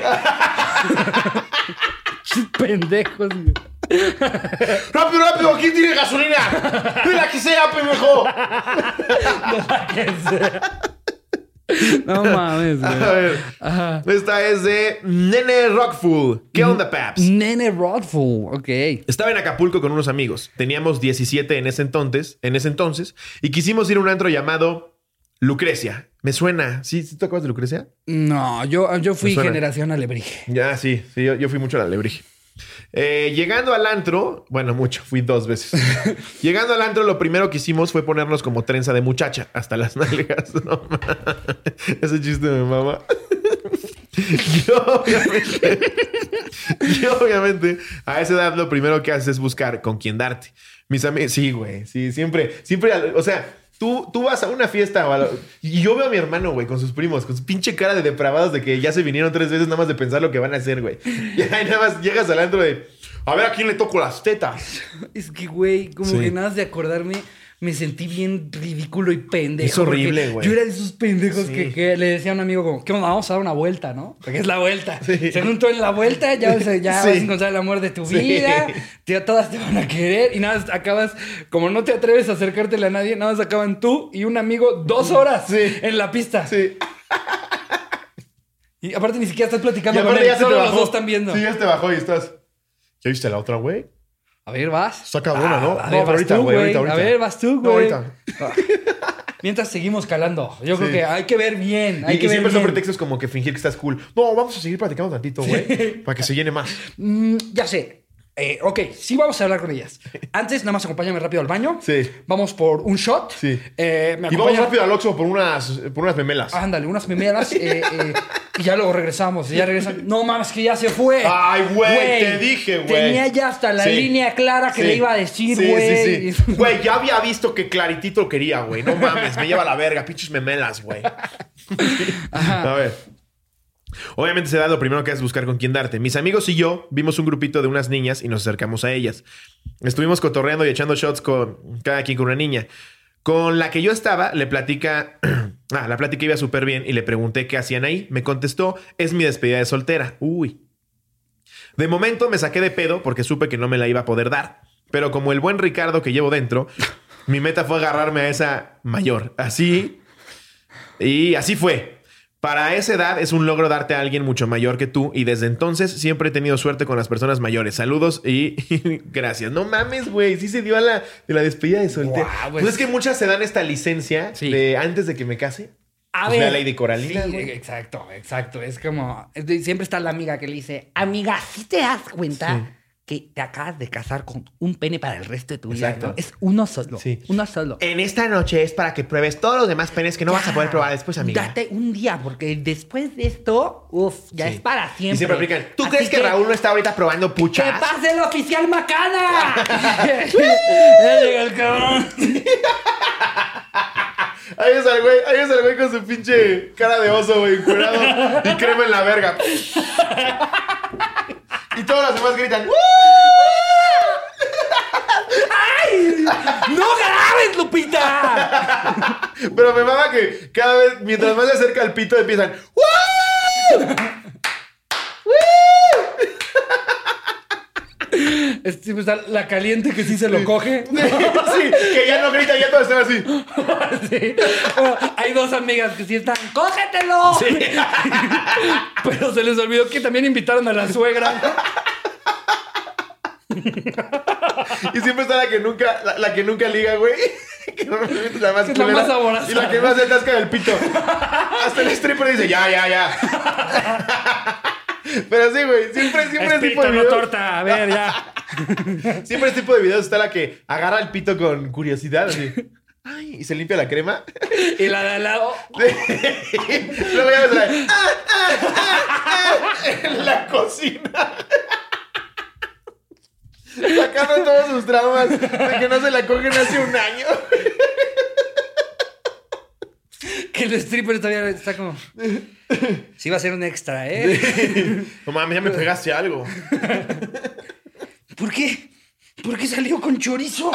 Pendejos, güey. ¡Rápido, rápido! ¿Quién tiene gasolina? ¡De la que sea, pendejo! Que sea. No mames, güey. A ver. Ajá. Esta es de Nene Rockful. ¿Qué onda, Paps? Nene Rodful, ok. Estaba en Acapulco con unos amigos. Teníamos diecisiete en ese entonces, en ese entonces, y quisimos ir a un antro llamado Lucrecia. Me suena. ¿Sí, ¿Sí te acuerdas de Lucrecia? No, yo, yo fui Me suena. generación alebrije. Ya, sí. sí yo, yo fui mucho a la Alebrije. Eh, llegando al antro, bueno, mucho, fui dos veces. Llegando al antro, lo primero que hicimos fue ponernos como trenza de muchacha hasta las nalgas. No, ese chiste me mama. Yo obviamente, yo obviamente, a esa edad lo primero que haces es buscar con quién darte. Mis amigos, sí, güey, sí, siempre, siempre, o sea, tú, tú vas a una fiesta o a lo, y yo veo a mi hermano, güey, con sus primos, con su pinche cara de depravados de que ya se vinieron tres veces nada más de pensar lo que van a hacer, güey. Y ahí nada más llegas al antro de, a ver a quién le toco las tetas. Es que, güey, como Sí. que nada más de acordarme, me sentí bien ridículo y pendejo. Es horrible, porque güey. Yo era de esos pendejos Sí. que, que le decía a un amigo como, ¿qué onda? Vamos a dar una vuelta, ¿no? Porque es la vuelta. Sí. Según tú en la vuelta, ya, vas a- ya Sí. vas a encontrar el amor de tu Sí. vida. Te- todas te van a querer. Y nada más acabas, como no te atreves a acercártele a nadie, nada más acaban tú y un amigo dos horas Sí. en la pista. Sí. Y aparte ni siquiera estás Y platicando con aparte él. ya se te Solo bajó. los dos están viendo. Sí, ya se te bajó y estás. ¿Ya viste la otra, güey? A ver, vas. Está cabrona, ¿no? A No, ver, pero vas ahorita, tú, güey, güey. ahorita, ahorita. A ver, vas tú, No, güey. ahorita. Ah. Mientras seguimos calando. Yo creo Sí. que hay que ver bien. Hay Y, que y ver siempre son bien. pretextos como que fingir que estás cool. No, vamos a seguir platicando tantito, güey. Para que se llene más. Mm, ya sé. Eh, ok, sí vamos a hablar con ellas. Antes, nada más acompáñame rápido al baño. Sí. Vamos por un shot. Sí. Eh, me Y vamos acompaña- rápido al Oxxo por unas, por unas memelas. Ándale, unas memelas. eh, eh, y ya luego regresamos. Y ya regresan. No mames, que ya se fue. Ay, güey, te dije, güey. Tenía ya hasta la Sí. línea clara que Sí. le iba a decir, Sí, güey. sí, sí. Güey, ya había visto que Claritito lo quería, güey. No mames, me lleva a la verga. Pinches memelas, güey. A ver. Obviamente se da lo primero que es buscar con quién darte. Mis amigos y yo vimos un grupito de unas niñas y nos acercamos a ellas. Estuvimos cotorreando y echando shots con cada quien con una niña. Con la que yo estaba, le platica... ah, la plática iba súper bien y le pregunté qué hacían ahí. Me contestó, es mi despedida de soltera. Uy. De momento me saqué de pedo porque supe que no me la iba a poder dar. Pero como el buen Ricardo que llevo dentro, mi meta fue agarrarme a esa mayor. Así... Y así fue. Para esa edad es un logro darte a alguien mucho mayor que tú y desde entonces siempre he tenido suerte con las personas mayores. Saludos y gracias. No mames, güey. Sí se dio a la, de la despedida de soltera. Guau, Pues pues- es que muchas se dan esta licencia Sí. de antes de que me case. A Pues ver. la Lady Coralina, Sí, güey. exacto, exacto. Es como. es de- Siempre está la amiga que le dice: Amiga, ¿sí te das cuenta que te acabas de casar con un pene para el resto de tu vida? Exacto. ¿no? Es uno solo. Sí. Uno solo. En esta noche es para que pruebes todos los demás penes que no vas a poder probar después, amiga. Date un día, porque después de esto, uff, ya Sí. es para siempre. Y siempre aplican. ¿Tú Así crees que, Raúl no está ahorita probando ¡Que puchas? pase el oficial Macana! Ya llega el cabrón. Ahí es el güey, ahí es el güey con su pinche cara de oso, güey, encuerado y crema en la verga. Y todos los demás gritan. ¡No grabes, Lupita! Pero me mama que cada vez, mientras más se acerca el pito, empiezan. Es tipo, está la caliente que sí se lo coge. Sí, que ya no grita, ya todos están así. Sí. Bueno, hay dos amigas que sí están, ¡cógetelo! Pero se les olvidó que también invitaron a la suegra. Y siempre está la que nunca, la, la que nunca liga, güey. Que normalmente es la más Es la culera más aborazada. y la que más se atasca del pito. Hasta el stripper dice, ya, ya, ya. Pero sí, güey, siempre, siempre Es es tipo pito, de no videos. torta. A ver, ya. Siempre este tipo de videos está la que agarra el pito con curiosidad, así. Ay, y se limpia la crema. Y la de al lado. Luego ya me trae. ¡Ah, ah, ah, ah! En la cocina. Sacando todos sus traumas de que no se la cogen hace un año. Que el stripper todavía está como... Sí va a ser un extra, ¿eh? No mames, ya me pegaste algo. ¿Por qué? ¿Por qué salió con chorizo?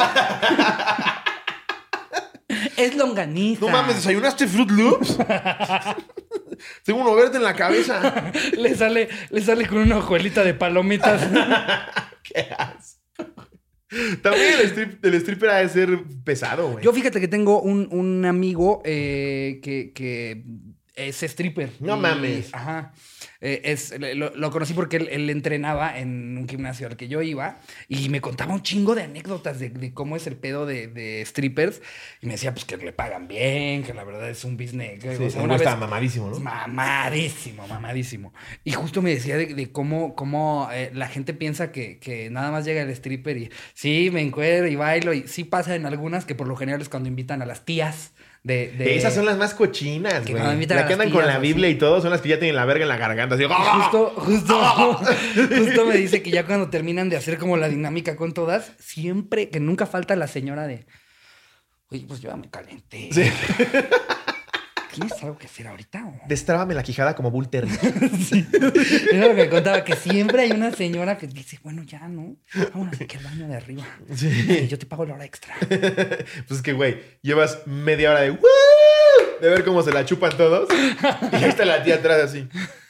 Es longaniza. No mames, ¿desayunaste Fruit Loops? Tengo uno verde en la cabeza. Le sale, le sale con una hojuelita de palomitas. Qué asco. También el, strip, el stripper ha de ser pesado, güey. Yo fíjate que tengo un, un amigo eh, que, que es stripper. No Y- mames. Ajá. Eh, es, lo, lo conocí porque él, él entrenaba en un gimnasio al que yo iba y me contaba un chingo de anécdotas de, de cómo es el pedo de, de strippers. Y me decía, pues, que le pagan bien, que la verdad es un business. Que, Sí, o sea, uno una está vez- mamadísimo, ¿no? Mamadísimo, mamadísimo. Y justo me decía de, de cómo, cómo eh, la gente piensa que, que nada más llega el stripper y sí, me encuentro y bailo. Y sí pasa en algunas que por lo general es cuando invitan a las tías de... de- Esas son las más cochinas, Que güey. cuando invitan La a que las andan con tías, la así. Biblia y todo son las que ya tienen la verga en la garganta. Así, ¡ah! Justo, justo, justo me dice que ya cuando terminan de hacer como la dinámica con todas, siempre, que nunca falta la señora de... Oye, pues yo ya me calenté. Sí. ¿Tienes algo que hacer ahorita o...? Destrábame la quijada como Bull Terrier. Sí. Era lo que contaba, que siempre hay una señora que dice, bueno, ya, ¿no? Vámonos aquí al baño de arriba. Sí. Y yo te pago la hora extra. Pues es que, güey, llevas media hora de ¡woo! De ver cómo se la chupan todos. Y ahí está la tía atrás así.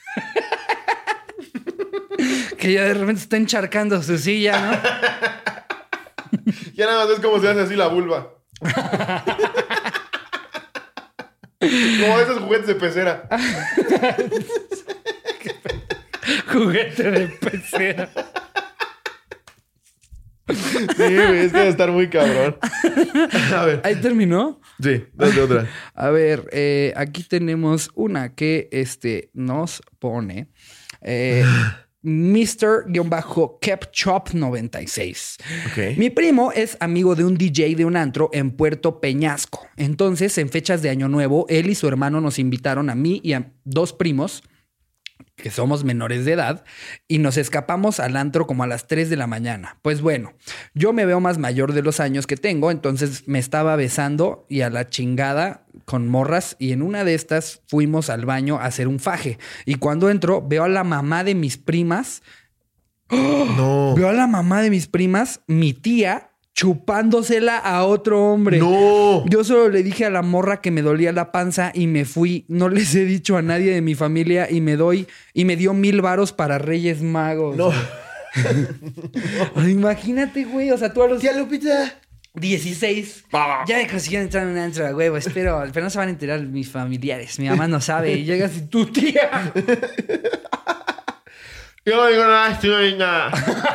Que ya de repente está encharcando su silla, ¿no? Ya nada más ves cómo se hace así la vulva. Como esos juguetes de pecera. Juguete de pecera. Sí, güey, es que debe estar muy cabrón. A ver. Ahí terminó. Sí, dale otra. A ver, eh, aquí tenemos una que este, nos pone eh, mister-Kepchop noventa y seis. Ok. Mi primo es amigo de un D J de un antro en Puerto Peñasco. Entonces, en fechas de Año Nuevo, él y su hermano nos invitaron a mí y a dos primos, que somos menores de edad, y nos escapamos al antro como a las tres de la mañana. Pues bueno, yo me veo más mayor de los años que tengo, entonces me estaba besando y a la chingada con morras, y en una de estas fuimos al baño a hacer un faje. Y cuando entro, veo a la mamá de mis primas, No. veo a la mamá de mis primas, mi tía, chupándosela a otro hombre. No. Yo solo le dije a la morra que me dolía la panza y me fui. No les he dicho a nadie de mi familia y me doy y me dio mil varos para Reyes Magos. No. Ay, imagínate, güey. O sea, tú a los Tía Lupita. dieciséis Ah. ya me consiguieron entrar en un antro, a huevo. Espero, pero no se van a enterar mis familiares. Mi mamá no sabe. Y llegas y tu tía. Yo digo nada, estoy nada.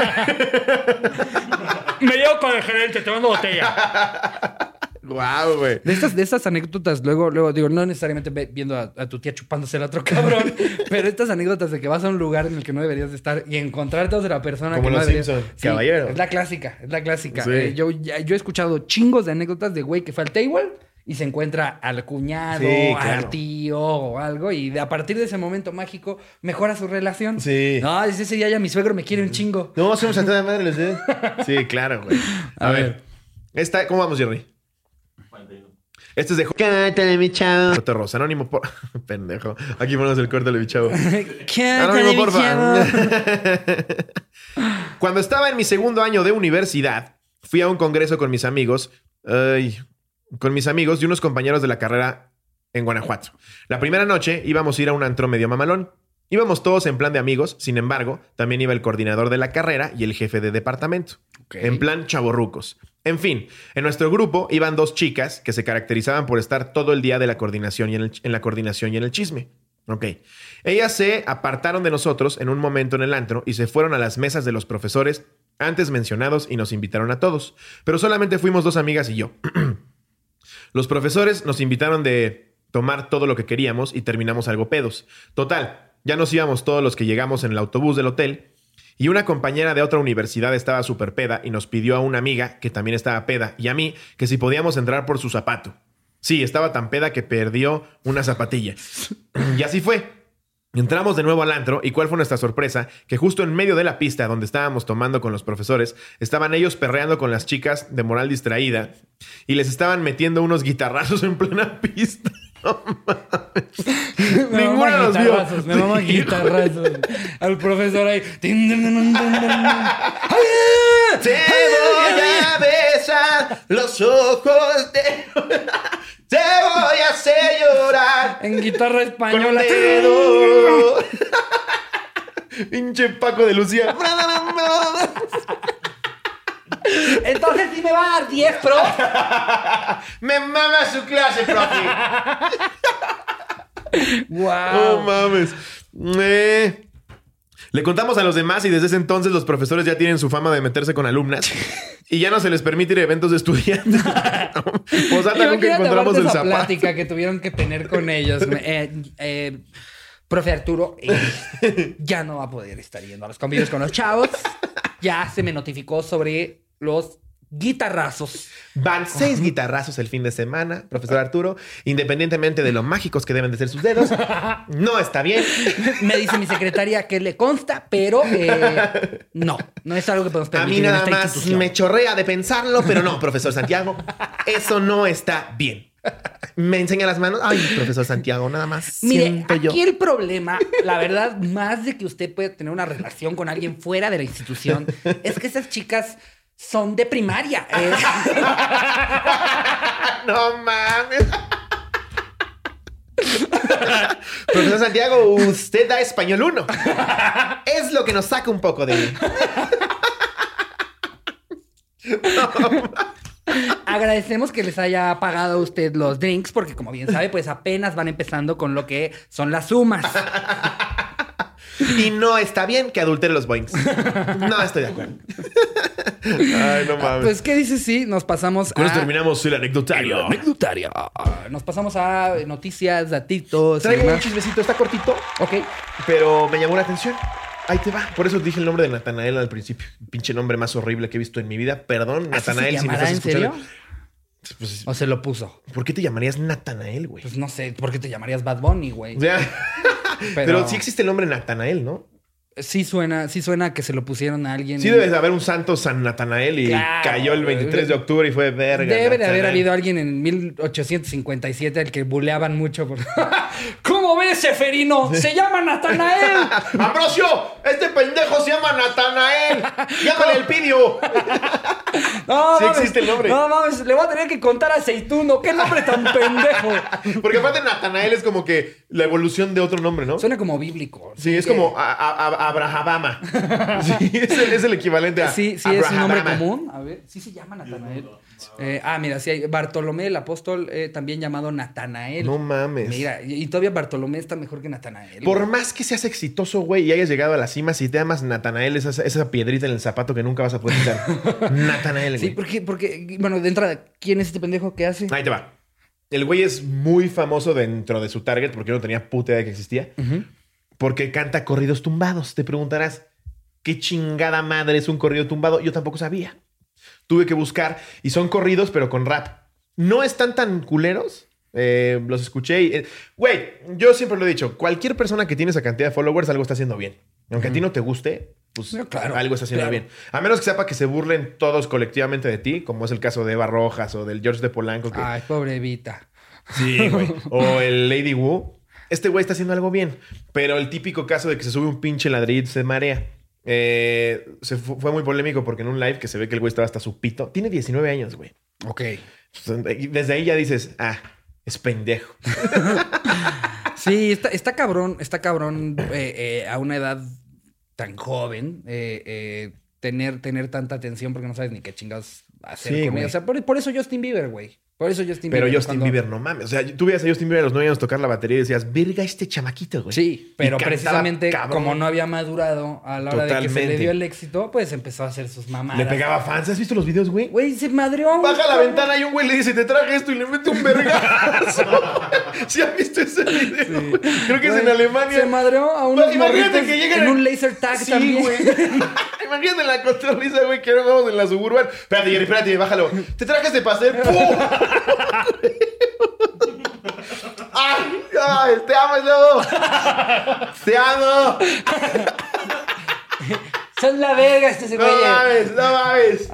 Me llevo con el gerente, te mando botella. Guau, güey. De estas, de estas anécdotas, luego, luego digo, no necesariamente ve- viendo a, a tu tía chupándose al otro cabrón, pero estas anécdotas de que vas a un lugar en el que no deberías de estar y encontrarte a otra persona Como que no los deberías- Simpson, Sí, caballero. Es la clásica, es la clásica. Sí. Eh, yo, ya- yo he escuchado chingos de anécdotas de güey que fue al table y se encuentra al cuñado, Sí, claro. al tío o algo, y de, a partir de ese momento mágico mejora su relación. Sí. No, desde ese día ya mi suegro me quiere un chingo. No, somos a toda madre los dos. Sí, claro, güey. A, A ver. ver. Esta, ¿cómo vamos, Jerry? Este es de... Cántale, mi chavo. Corte rosa, anónimo por... Pendejo. Aquí ponemos el corte, mi chavo. ¿Qué? Anónimo, mi porfa. chavo? Cuando estaba en mi segundo año de universidad, fui a un congreso con mis amigos... Ay... Con mis amigos y unos compañeros de la carrera en Guanajuato. La primera noche íbamos a ir a un antro medio mamalón. Íbamos todos en plan de amigos, sin embargo, también iba el coordinador de la carrera y el jefe de departamento. Ok. En plan chavorrucos. En fin, en nuestro grupo iban dos chicas que se caracterizaban por estar todo el día de la coordinación y en, el- en la coordinación y en el chisme. Ok. Ellas se apartaron de nosotros en un momento en el antro y se fueron a las mesas de los profesores antes mencionados y nos invitaron a todos. Pero solamente fuimos dos amigas y yo. Los profesores nos invitaron de tomar todo lo que queríamos y terminamos algo pedos. Total, ya nos íbamos todos los que llegamos en el autobús del hotel y una compañera de otra universidad estaba súper peda y nos pidió a una amiga que también estaba peda y a mí que si podíamos entrar por su zapato. Sí, estaba tan peda que perdió una zapatilla. Y así fue. Entramos de nuevo al antro y ¿cuál fue nuestra sorpresa? Que justo en medio de la pista donde estábamos tomando con los profesores, estaban ellos perreando con las chicas de moral distraída y les estaban metiendo unos guitarrazos en plena pista. No mames. Me Ninguno mama los vio. guitarrazos, me mama Sí, guitarrazos. Al profesor ahí. Te voy a besar los ojos de... Te voy a hacer llorar En guitarra con española. el dedo. Pinche Paco de Lucía. Entonces sí me va a dar diez, pro. Me mama su clase, profe. Wow. No mames. Eh, Le contamos a los demás y desde ese entonces los profesores ya tienen su fama de meterse con alumnas y ya no se les permite ir a eventos de estudiantes. Posata con que encontramos el esa zapato. plática que tuvieron que tener con ellos. Eh, eh, profe Arturo, eh, ya no va a poder estar yendo a los convivios con los chavos. Ya se me notificó sobre los guitarrazos. Van seis guitarrazos el fin de semana, profesor Arturo, independientemente de lo mágicos que deben de ser sus dedos. No está bien. Me dice mi secretaria que le consta, pero eh, no, no es algo que podemos A permitir mí en nada esta más institución. me chorrea de pensarlo, pero no, profesor Santiago. Eso no está bien. Me enseña las manos. Ay, profesor Santiago, nada más. Mire, siento aquí yo. el problema, la verdad, más de que usted puede tener una relación con alguien fuera de la institución, es que esas chicas son de primaria. Eh, No mames. Profesor Santiago, usted da español uno. Es lo que nos saca un poco de... agradecemos que les haya pagado usted los drinks, porque como bien sabe, pues apenas van empezando con lo que son las sumas. Y no está bien que adultere los boings. No estoy de acuerdo. Ay, no mames. Pues, ¿qué dices si nos pasamos Con a... eso terminamos el anecdotario. Anecdotario. Nos pasamos a noticias, datitos. y Traigo un demás. chismecito, está cortito, Ok. pero me llamó la atención. Ahí te va. Por eso dije el nombre de Natanael al principio. Pinche nombre más horrible que he visto en mi vida. Perdón, ¿Así se Natanael, si me llamará, estás en serio? escuchando. Pues, ¿O se lo puso? ¿por qué te llamarías Natanael, güey? Pues no sé, ¿por qué te llamarías Bad Bunny, güey? O sea, Pero- pero... sí existe el nombre Natanael, ¿no? Sí suena, sí suena que se lo pusieron a alguien. Sí debe de haber un santo San Natanael y Claro, cayó el veintitrés de octubre y fue verga. Debe de haber Natanael. habido alguien en mil ochocientos cincuenta y siete al que buleaban mucho por... ¿Cómo ves, Seferino? ¡Se llama Natanael! ¡Ambrosio! ¡Este pendejo se llama Natanael! ¡Llámale el pidio! No, Sí mames, existe el nombre. No mames, le voy a tener que contar a Aceituno. ¿Qué nombre tan pendejo? Porque aparte Natanael es como que la evolución de otro nombre, ¿no? Suena como bíblico. Sí, es que- como a- a- a- Abrahabama. Sí, es el, es el equivalente a Sí, sí, es un nombre Abrahabama. común. A ver, sí se llama Natanael. Eh, ah, mira, sí hay Bartolomé el apóstol, eh, también llamado Natanael. No mames. Mira, y, y todavía Bartolomé está mejor que Natanael. Por güey. más que seas exitoso, güey, y hayas llegado a la cima, si te llamas Natanael, esa, esa piedrita en el zapato que nunca vas a poder quitar. Natanael, Sí, güey. porque, porque, bueno, de entrada, ¿quién es este pendejo que hace? Ahí te va. El güey es muy famoso dentro de su target porque yo no tenía puta idea de que existía. Ujú. Porque canta corridos tumbados. Te preguntarás, ¿qué chingada madre es un corrido tumbado? Yo tampoco sabía. Tuve que buscar y son corridos, pero con rap. No están tan culeros. Eh, los escuché y... eh, Güey, yo siempre lo he dicho. Cualquier persona que tiene esa cantidad de followers, algo está haciendo bien. Aunque a ti no te guste, pues No, claro, algo está haciendo claro. bien. A menos que sepa que se burlen todos colectivamente de ti, como es el caso de Eva Rojas o del George de Polanco. Que... Ay, pobre Evita. Sí, güey. O el Lady Wu. Este güey está haciendo algo bien. Pero el típico caso de que se sube un pinche ladrillo y se marea. Eh, se fu- fue muy polémico porque en un live que se ve que el güey estaba hasta su pito. Tiene diecinueve años, güey. Ok. Y desde ahí ya dices, ah, es pendejo. Sí, está, está cabrón, está cabrón eh, eh, a una edad tan joven eh, eh, tener, tener tanta atención porque no sabes ni qué chingados hacer Sí, con güey. ella. O sea, por, por eso Justin Bieber, güey. Por eso Justin Pero Bieber. Justin cuando... Bieber, no mames. O sea, tú veías a Justin Bieber a los nueve años tocar la batería y decías, verga este chamaquito, güey. Sí, pero Y cantaba precisamente cabrón. como no había madurado a la hora de que se le Totalmente. dio el éxito, pues empezó a hacer sus mamadas. Le pegaba fans. ¿Has visto los videos, güey? Güey, se madreó. a un Baja la cabrón. ventana y un güey le dice, te traje esto y le mete un vergazo. ¿Sí has visto ese video? Sí. Creo que Güey, es en Alemania. Se madreó a unos Imagínate morritos que llegan en en- un laser tag Sí, también. güey. Imagínate la cotorriza, güey, que ahora vamos en la suburban. Espérate, Jerry, espérate, bájalo. Te traje este pastel. ¡Pum! ¡Ay! ¡Ay! ¡Te amo, Lobo! ¡Te amo! Son la verga estos No güeyes. mames, no mames.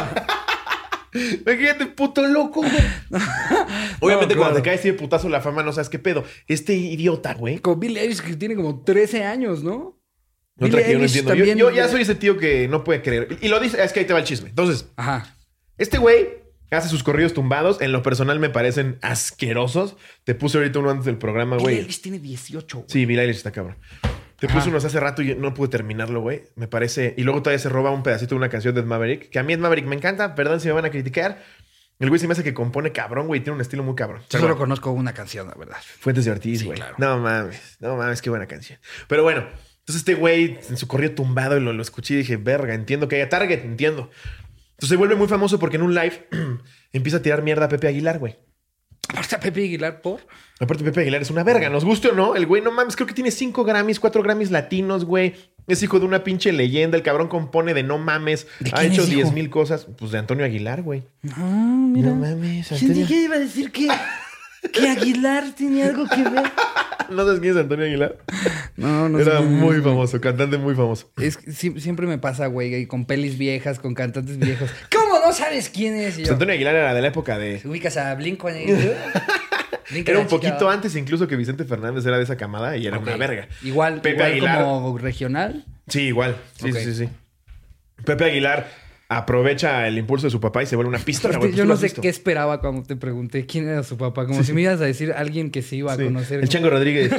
Imagínate, puto loco, güey. Obviamente, No, cuando claro. te caes así de putazo la fama, no sabes qué pedo. Este idiota, güey. Como Billie Eilish, que tiene como trece años, ¿no? Otra Billie que yo no Eilish entiendo. Yo, también- yo ya soy ese tío que no puede creer. Y lo dice, es que ahí te va el chisme. Entonces, Ajá. este güey hace sus corridos tumbados. En lo personal me parecen asquerosos. Te puse ahorita uno antes del programa, Billie güey. Eilish tiene dieciocho, güey. Sí, Billie Eilish está cabrón. Te Ajá. puse unos hace rato y no pude terminarlo, güey. Me parece... Y luego todavía se roba un pedacito de una canción de Ed Maverick. Que a mí Ed Maverick me encanta. Perdón si me van a criticar. El güey se me hace que compone cabrón, güey. Tiene un estilo muy cabrón. Yo Pero solo bueno. conozco una canción, la verdad. Fuentes de Ortiz, Sí, güey. claro. No mames. No mames, qué buena canción. Pero bueno. Entonces este güey en su corrido tumbado y lo, lo escuché y dije, verga, entiendo que haya Target, entiendo. Entonces se vuelve muy famoso porque en un live empieza a tirar mierda a Pepe Aguilar, güey. Aparte a Pepe Aguilar, por... Aparte, Pepe Aguilar es una verga. Nos guste o no, el güey, no mames, creo que tiene cinco Grammys, cuatro Grammys latinos, güey. Es hijo de una pinche leyenda. El cabrón compone de no mames. ¿De Ha quién hecho es hijo? diez mil cosas. Pues de Antonio Aguilar, güey. Ah, mira. No mames, ¿Quién Antonio. dije iba a decir que, que Aguilar tiene algo que ver? ¿No sabes quién es Antonio Aguilar? No, no Era sé. muy famoso, cantante muy famoso. Es que sie- siempre me pasa, güey, y con pelis viejas, con cantantes viejos. ¿Cómo no sabes quién es? Y Pues yo, Antonio Aguilar era de la época de... ubicas a Blink Blink Era era un poquito chica, antes incluso que Vicente Fernández era de esa camada y era Ok. una verga. Igual, Pepe igual Aguilar. como regional. Sí, igual. Sí, Ok. sí, sí, sí. Pepe Aguilar aprovecha el impulso de su papá y se vuelve una pistola, güey. Pues Yo tú lo no has sé visto. qué esperaba cuando te pregunté quién era su papá. Como si me ibas a decir alguien que se iba a Sí, conocer. el Chango Rodríguez.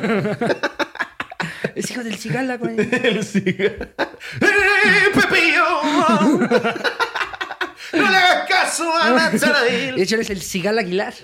Es hijo del Cigala, güey. El siga. ¡Eh, Pepillo! ¡No le hagas caso a Natanael! De hecho, eres el Cigala Aguilar.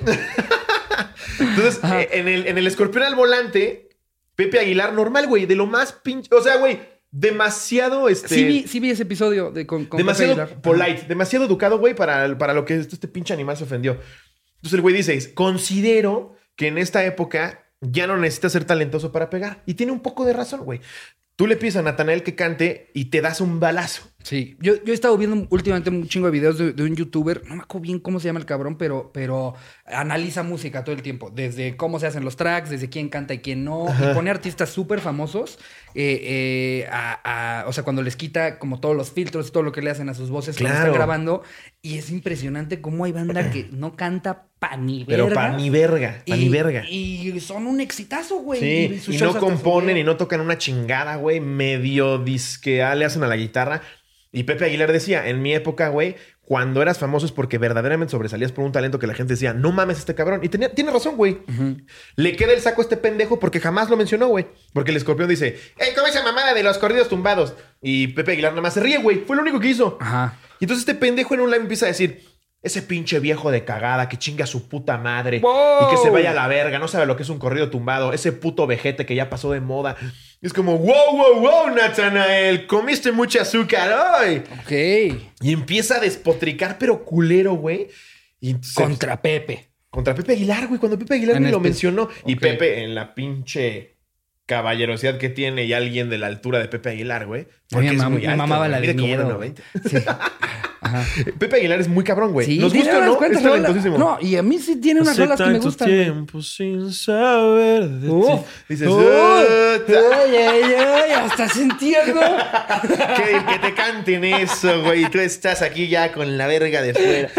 Entonces, eh, en, el, en el escorpión al volante, Pepe Aguilar, normal, güey, de lo más pinche. O sea, güey, demasiado este. Sí vi, sí vi ese episodio de, con, con demasiado Pepe Aguilar. polite, demasiado educado, güey, para, para lo que este, este pinche animal se ofendió. Entonces el güey dice: considero que en esta época ya no necesitas ser talentoso para pegar. Y tiene un poco de razón, güey. Tú le pides a Natanael que cante y te das un balazo. Sí, yo, yo he estado viendo últimamente un chingo de videos de, de un youtuber, no me acuerdo bien cómo se llama el cabrón, pero, pero analiza música todo el tiempo, desde cómo se hacen los tracks, desde quién canta y quién no, y pone artistas súper famosos, eh, eh, a, a- o sea, cuando les quita como todos los filtros y todo lo que le hacen a sus voces cuando Claro. están grabando, y es impresionante cómo hay banda que no canta pa' ni verga. Pero pa' ni verga, pa' y, ni verga. Y son un exitazo, güey. Sí, sus y shows no hasta componen y subieron. no tocan una chingada, güey. Medio disquea le hacen a la guitarra. Y Pepe Aguilar decía, en mi época, güey, cuando eras famoso es porque verdaderamente sobresalías por un talento que la gente decía, no mames este cabrón. Y tenía, tiene razón, güey. Le queda el saco a este pendejo porque jamás lo mencionó, güey. Porque el escorpión dice, ¡ey, cómo esa mamada de los corridos tumbados! Y Pepe Aguilar nada más se ríe, güey. Fue lo único que hizo. Ajá. Y entonces este pendejo en un live empieza a decir, ese pinche viejo de cagada que chinga a su puta madre ¡Wow! y que se vaya a la verga, no sabe lo que es un corrido tumbado, ese puto vejete que ya pasó de moda. Y es como, wow, wow, wow, Natanael, comiste mucha azúcar hoy. Ok. Y empieza a despotricar, pero culero, güey. Y se- Contra Pepe. contra Pepe Aguilar, güey, cuando Pepe Aguilar En me lo espe- mencionó. Y Ok. Pepe, en la pinche caballerosidad que tiene y alguien de la altura de Pepe Aguilar, güey. A mí Porque me es mam- muy me alto, mamaba güey, la de mide como miedo. uno noventa. Sí. Ajá. Pepe Aguilar es muy cabrón, güey. Sí, ¿Nos tiene gusta o unas no? cuantas Es rolas. talentosísimo. No, y a mí sí tiene unas rolas que me gustan. güey. tiempo sin saber de Uf. Dices, Uy, "Uta". ay, ay, ay, hasta sentí algo. que, que te canten eso, güey. Y tú estás aquí ya con la verga de fuera.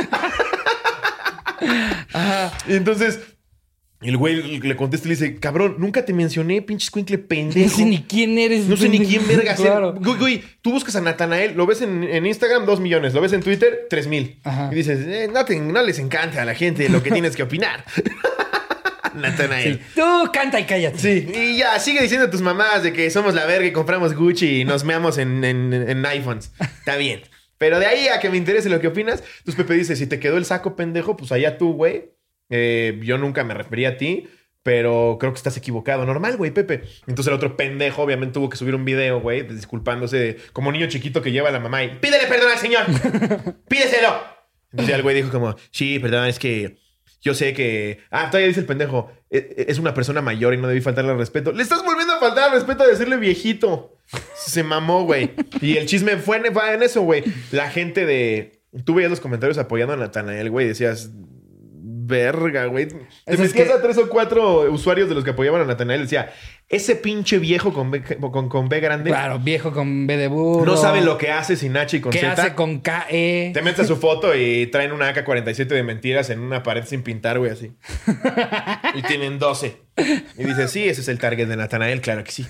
Ajá. Y entonces, el güey le contesta y le dice, cabrón, nunca te mencioné, pinche escuincle pendejo. No sé ni quién eres. No sé ni quién verga ser. Claro. Güey, güey, tú buscas a Natanael, lo ves en, en Instagram, dos millones. Lo ves en Twitter, tres mil. Ajá. Y dices, eh, no, te- no les encanta a la gente lo que tienes que opinar. Natanael. Sí. Tú canta y cállate. Sí, y ya, sigue diciendo tus mamás de que somos la verga y compramos Gucci y nos meamos en, en- en iPhones. Está bien. Pero de ahí a que me interese lo que opinas, entonces Pepe dice, si te quedó el saco, pendejo, pues allá tú, güey. Eh, yo nunca me refería a ti, pero creo que estás equivocado. Normal, güey, Pepe. Entonces el otro pendejo obviamente tuvo que subir un video, güey, disculpándose como niño chiquito que lleva a la mamá y pídele perdón al señor. Pídeselo. Entonces ya el güey dijo como, sí, perdón, es que yo sé que... Ah, todavía dice el pendejo, es una persona mayor y no debí faltarle al respeto. Le estás volviendo a faltar al respeto a decirle viejito. Se mamó, güey. Y el chisme fue en, fue en eso, güey. La gente de... Tú veías los comentarios apoyando a Natanael, güey. Decías... Verga, güey. Te metías que... a tres o cuatro usuarios de los que apoyaban a Natanael. Decía, ese pinche viejo con B, con, con B grande. Claro, viejo con B de burro. No sabe lo que hace sin H y con ¿Qué Z. ¿Qué hace con K E? Te metes a su foto y traen una A K cuarenta y siete de mentiras en una pared sin pintar, güey, así. Y tienen doce. Y dices, sí, ese es el target de Natanael. Claro que sí.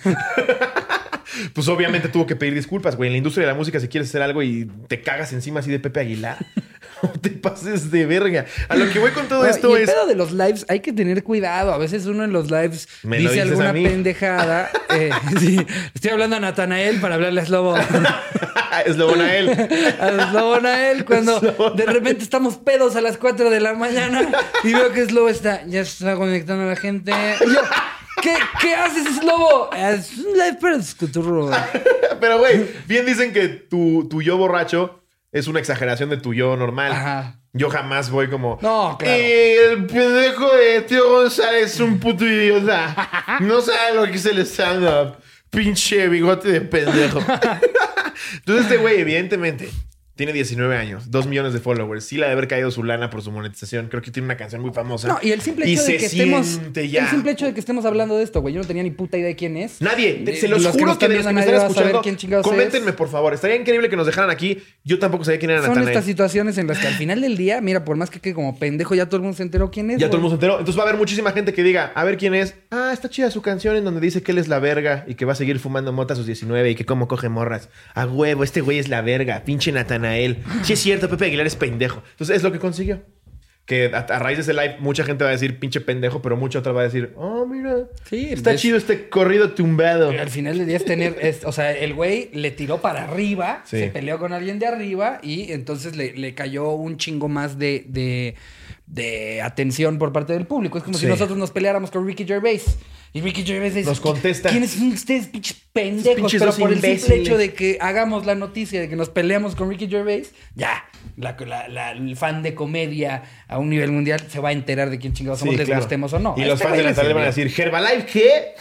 Pues obviamente tuvo que pedir disculpas, güey. En la industria de la música, si quieres hacer algo y te cagas encima así de Pepe Aguilar, no te pases de verga. A lo que voy con todo no, esto y el es... El pedo de los lives, hay que tener cuidado. A veces uno en los lives ¿Me dice alguna pendejada. eh, sí, estoy hablando a Natanael para hablarle a Slobo. Slobonael. A Slobonael, cuando Slobonael. De repente estamos pedos a las cuatro de la mañana y veo que Slobo está, ya se está conectando a la gente. Y yo... ¿Qué, ¿Qué haces, Slobo? Es un live, pero es coturro. Pero, güey, bien dicen que tu, tu yo borracho es una exageración de tu yo normal. Ajá. Yo jamás voy como... No, claro. El pendejo de Tío González es un puto idiota. No sabe lo que es el stand-up. Pinche bigote de pendejo. Entonces este güey, evidentemente... Tiene diecinueve años, dos millones de followers. Sí, la de haber caído su lana por su monetización. Creo que tiene una canción muy famosa. No, y el simple hecho y de que estemos. Ya. El simple hecho de que estemos hablando de esto, güey. Yo no tenía ni puta idea de quién es. Nadie. Se los, los juro que, que de los que me están escuchando. Coméntenme, es. por favor. Estaría increíble que nos dejaran aquí. Yo tampoco sabía quién era Natanael. Son estas situaciones en las que al final del día, mira, por más que quede como pendejo, ya todo el mundo se enteró quién es. Ya güey. todo el mundo se enteró. Entonces va a haber muchísima gente que diga, a ver quién es. Ah, está chida su canción en donde dice que él es la verga y que va a seguir fumando mota a sus diecinueve y que cómo coge morras. A huevo, este güey es la verga. Pinche Natanael. Sí es cierto, Pepe Aguilar es pendejo. Entonces es lo que consiguió. Que a, a raíz de ese live mucha gente va a decir pinche pendejo, pero mucha otra va a decir, oh, mira, sí, está es, chido este corrido tumbado. Al final del día es tener, es, o sea, el güey le tiró para arriba, sí. Se peleó con alguien de arriba y entonces le, le cayó un chingo más de, de, de atención por parte del público. Es como sí. si nosotros nos peleáramos con Ricky Gervais. Y Ricky Gervais dice, nos contesta. ¿Quiénes son ustedes, pinches pendejos? Pinches pero por imbéciles. El simple hecho de que hagamos la noticia de que nos peleamos con Ricky Gervais, ya, la, la, la, el fan de comedia a un nivel mundial se va a enterar de quién chingados somos, sí, les claro. gustemos o no. Y los fans de Natanael van a decir, ¿Herbalife qué?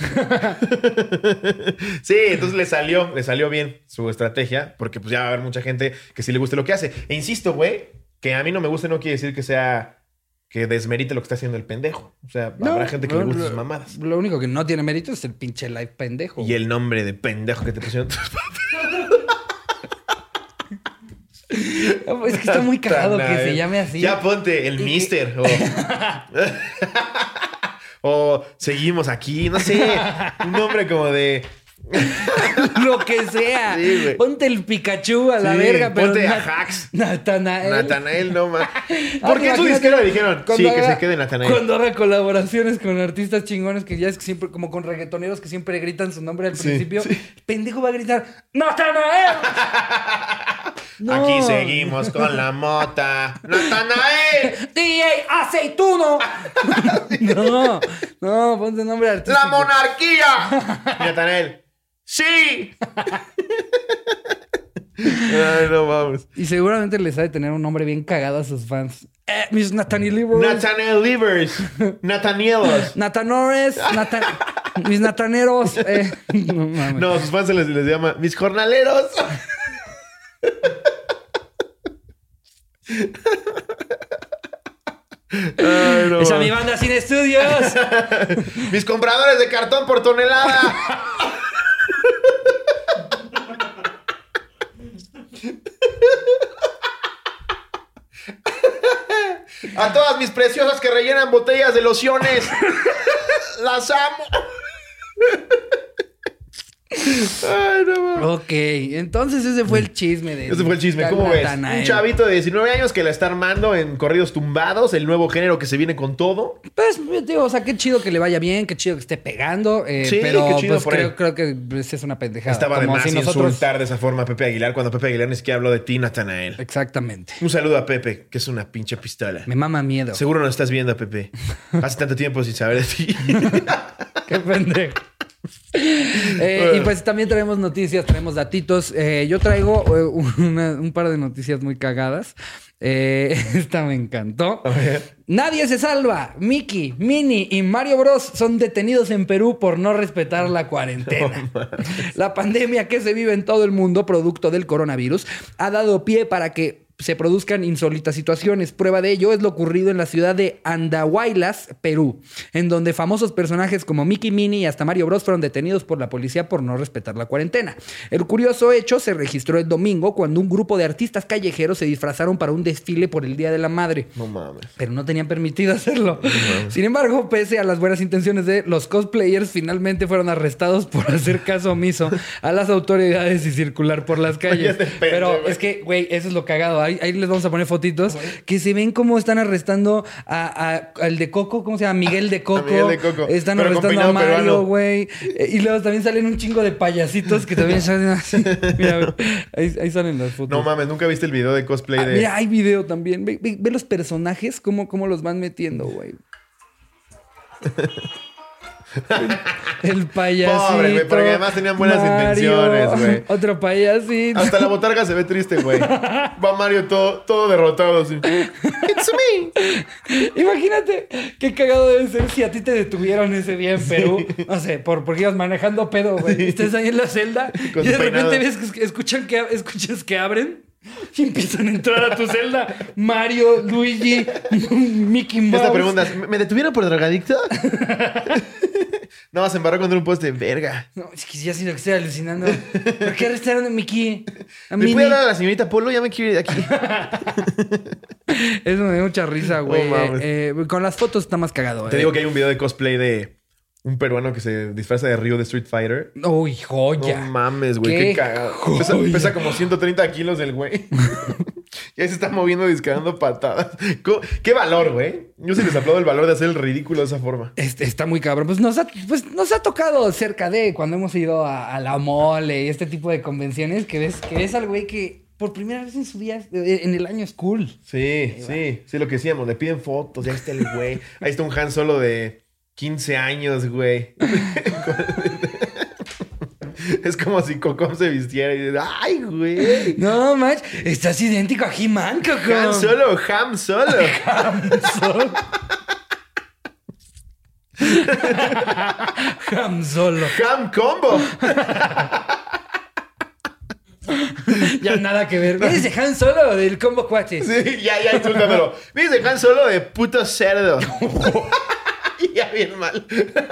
Sí, entonces le salió, le salió bien su estrategia, porque pues ya va a haber mucha gente que sí le guste lo que hace. E insisto, güey, que a mí no me guste no quiere decir que sea... que desmerite lo que está haciendo el pendejo. O sea, no, habrá gente que no, le guste sus mamadas. Lo único que no tiene mérito es el pinche live pendejo. Y el nombre de pendejo que te pusieron tus Es que está muy cagado que se llame así. Ya ponte el mister. Que... O... o seguimos aquí. No sé. Un nombre como de... Lo que sea. Sí, ponte el Pikachu a la sí, verga, pero ponte a Hax. Natanael. Natanael, no más. ¿Por qué en su disquera dijeron? Sí, haga, que se quede Natanael. Cuando haga colaboraciones con artistas chingones que ya es que siempre, como con reggaetoneros que siempre gritan su nombre al sí, principio, sí. El pendejo va a gritar ¡Natanael! No. Aquí seguimos con la mota. ¡Natanael! ¡D J Aceituno! No, no, ponte nombre artístico. ¡La monarquía! Natanael. ¡Sí! Ay, no vamos. Y seguramente les ha de tener un nombre bien cagado a sus fans. Eh, mis Nathaniel Livers. Nathaniel Livers. Nathanielos. Natanores. Natan... mis nataneros. Eh. No, mames. No, sus fans se les, les llama mis jornaleros. Ay, no. Esa mi banda sin estudios. Mis compradores de cartón por tonelada. A todas mis preciosas que rellenan botellas de lociones. Las amo. Ay, no mames. Ok, entonces ese fue el chisme de... Ese fue el chisme. ¿Cómo ves? Un chavito de diecinueve años que la está armando en corridos tumbados, el nuevo género que se viene con todo. Pues, digo, o sea, qué chido que le vaya bien, qué chido que esté pegando. Eh, Sí, pero qué chido pues, por creo, él. creo que pues, es una pendejada. Estaba de Como más si nosotros... insultar de esa forma a Pepe Aguilar cuando Pepe Aguilar ni siquiera habló de ti, Natanael. Exactamente. Un saludo a Pepe, que es una pinche pistola. Me mama miedo. Seguro nos estás viendo, Pepe. Hace tanto tiempo sin saber de ti. Qué pendejo. Eh, y pues también traemos noticias, traemos datitos. Eh, yo traigo eh, una- un par de noticias muy cagadas. Eh, esta me encantó. A ver. Nadie se salva. Mickey, Minnie y Mario Bros son detenidos en Perú por no respetar la cuarentena. La pandemia que se vive en todo el mundo, producto del coronavirus, ha dado pie para que se produzcan insólitas situaciones. Prueba de ello es lo ocurrido en la ciudad de Andahuaylas, Perú, en donde famosos personajes como Mickey, Minnie y hasta Mario Bros fueron detenidos por la policía por no respetar la cuarentena. El curioso hecho se registró el domingo cuando un grupo de artistas callejeros se disfrazaron para un desfile por el Día de la Madre. No mames. Pero no tenían permitido hacerlo. Sin embargo, pese a las buenas intenciones de los cosplayers, finalmente fueron arrestados por hacer caso omiso a las autoridades y circular por las calles. Oye, depende, Pero güey. es que, güey, eso es lo cagado. Ahí, ahí les vamos a poner fotitos que se ven cómo están arrestando a, a- al de Coco, ¿cómo se llama? Miguel de Coco. Miguel de Coco. Están Pero con arrestando a peinado Mario, peruano. güey. Eh, Y luego también salen un chingo de payasitos que también salen así. Mira, ahí, ahí salen las fotos. No mames, ¿nunca viste el video de cosplay Ah, de...? mira, hay video también. Ve, ve- ve los personajes, cómo, cómo los van metiendo, güey. El, el payasito. Pobre, güey, porque además tenían buenas Mario, intenciones, güey. Otro payasito. Hasta la botarga se ve triste, güey. Va Mario todo, todo derrotado así. It's me. Imagínate qué cagado debe ser si a ti te detuvieron ese día en Perú. No sé, por, porque ibas manejando pedo, güey. Estás ahí en la celda Con y de tu peinado. repente ves que escuchan que, escuchas que abren y empiezan a entrar a tu celda Mario, Luigi, Mickey Mouse. Esta pregunta, ¿me me detuvieron por drogadicto? No, se embarró contra un poste. Verga. No, es que ya siento que estoy alucinando. ¿Por qué arrestaron a Mickey? A ¿Le Minnie. puede hablar a la señorita Polo? Ya me quiero ir de aquí. Eso me dio mucha risa, güey. No mames. Eh, con las fotos está más cagado. Te eh. digo que hay un video de cosplay de un peruano que se disfraza de Ryu de Street Fighter. Uy, joya. No mames, güey. Qué Qué cagado. Pesa, joya. pesa como ciento treinta kilos el güey. Y ahí se está moviendo discarando patadas. Co- Qué valor, güey. Yo sí les aplaudo el valor de hacer el ridículo de esa forma. Este, está muy cabrón. Pues nos, ha, pues nos ha tocado cerca de cuando hemos ido a, a la mole y este tipo de convenciones que ves, que ves al güey que por primera vez en su vida, eh, en el año es cool. Sí, sí. Sí, lo que decíamos. Le piden fotos. Ya está el güey. Ahí está un Han Solo de quince años, güey. Es como si Cocom se vistiera y dices, ¡ay, güey! No, manch, estás idéntico a He-Man, Coco. Han Solo, Ham Solo. Ham Solo. Ham Combo. Ya nada que ver. ¿Vienes de Han Solo o del Combo Cuates? Sí, ya, ya insultándolo. ¿Viste Han Solo de puto cerdo? Ya bien mal.